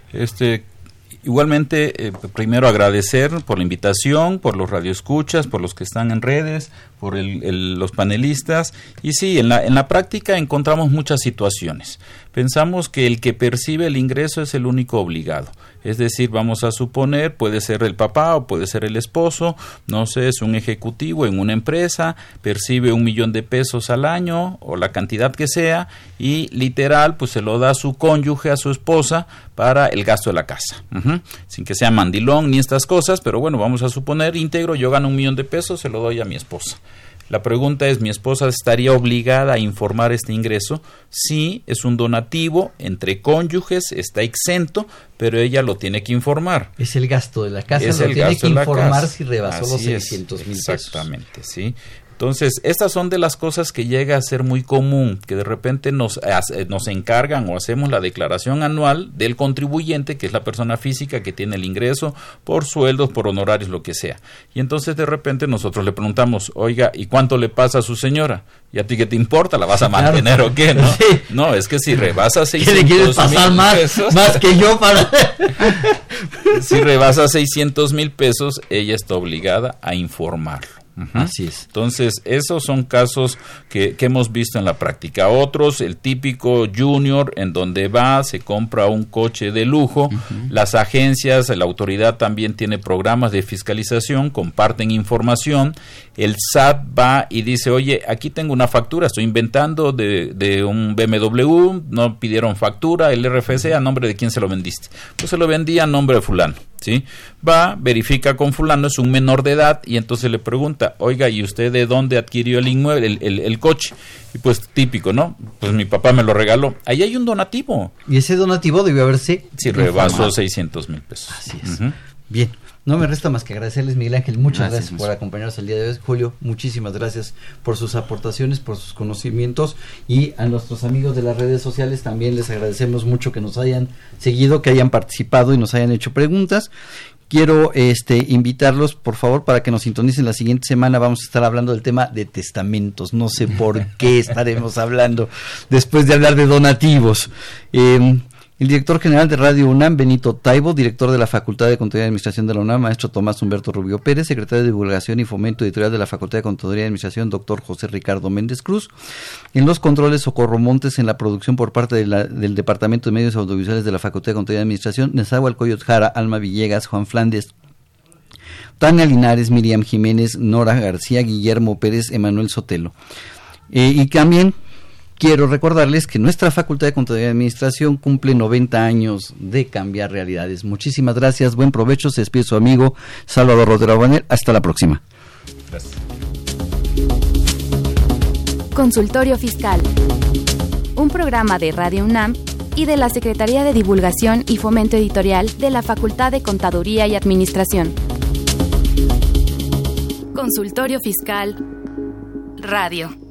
Igualmente, primero agradecer por la invitación, por los radioescuchas, por los que están en redes, por los panelistas. Y sí, en la práctica encontramos muchas situaciones. Pensamos que el que percibe el ingreso es el único obligado. Es decir, vamos a suponer, puede ser el papá o puede ser el esposo, no sé, es un ejecutivo en una empresa, percibe $1,000,000 al año o la cantidad que sea, y literal pues se lo da a su cónyuge, a su esposa, para el gasto de la casa. Sin que sea mandilón ni estas cosas, pero bueno, vamos a suponer íntegro, yo gano $1,000,000, se lo doy a mi esposa. La pregunta es, ¿mi esposa estaría obligada a informar este ingreso? Sí, es un donativo entre cónyuges, está exento, pero ella lo tiene que informar. Es el gasto de la casa, lo tiene que informar si rebasó los 600,000 pesos. Exactamente, sí. Entonces, estas son de las cosas que llega a ser muy común, que de repente nos encargan o hacemos la declaración anual del contribuyente, que es la persona física que tiene el ingreso por sueldos, por honorarios, lo que sea. Y entonces de repente nosotros le preguntamos, oiga, ¿y cuánto le pasa a su señora? ¿Y a ti qué te importa? ¿La vas a mantener o qué? ¿No? Sí. No, es que si rebasa 600,000 ¿qué le quieres pasar más que yo para...? Si rebasa 600,000 pesos, ella está obligada a informarlo. Así es. Entonces, esos son casos que hemos visto en la práctica. Otros, el típico junior, en donde va, se compra un coche de lujo, las agencias, la autoridad también tiene programas de fiscalización, comparten información, el SAT va y dice, oye, aquí tengo una factura, estoy inventando de un BMW, no pidieron factura, el RFC, ¿a nombre de quién se lo vendiste? Pues se lo vendí a nombre de fulano. ¿Sí? Va, verifica con fulano, es un menor de edad, y entonces le pregunta, oiga, ¿y usted de dónde adquirió el inmueble, el coche? Y pues típico, ¿no? Pues mi papá me lo regaló. Ahí hay un donativo. Y ese donativo debió haberse... Sí, rebasó 600,000 pesos. Así es. Bien. No me resta más que agradecerles, Miguel Ángel, muchas gracias por acompañarnos el día de hoy. Julio, muchísimas gracias por sus aportaciones, por sus conocimientos, y a nuestros amigos de las redes sociales también les agradecemos mucho que nos hayan seguido, que hayan participado y nos hayan hecho preguntas. Quiero invitarlos, por favor, para que nos sintonicen la siguiente semana. Vamos a estar hablando del tema de testamentos. No sé por qué estaremos hablando después de hablar de donativos. El director general de Radio UNAM, Benito Taibo, director de la Facultad de Contaduría y Administración de la UNAM, maestro Tomás Humberto Rubio Pérez, secretario de Divulgación y Fomento Editorial de la Facultad de Contaduría y Administración, doctor José Ricardo Méndez Cruz. En los controles, Socorro Montes, en la producción por parte del Departamento de Medios Audiovisuales de la Facultad de Contaduría y Administración, Nezahualcóyotl Jara, Alma Villegas, Juan Flandes, Tania Linares, Miriam Jiménez, Nora García, Guillermo Pérez, Emanuel Sotelo. Y también quiero recordarles que nuestra Facultad de Contaduría y Administración cumple 90 años de cambiar realidades. Muchísimas gracias, buen provecho, se despide su amigo Salvador Rodero Abanel. Hasta la próxima. Gracias. Consultorio Fiscal, un programa de Radio UNAM y de la Secretaría de Divulgación y Fomento Editorial de la Facultad de Contaduría y Administración. Consultorio Fiscal Radio.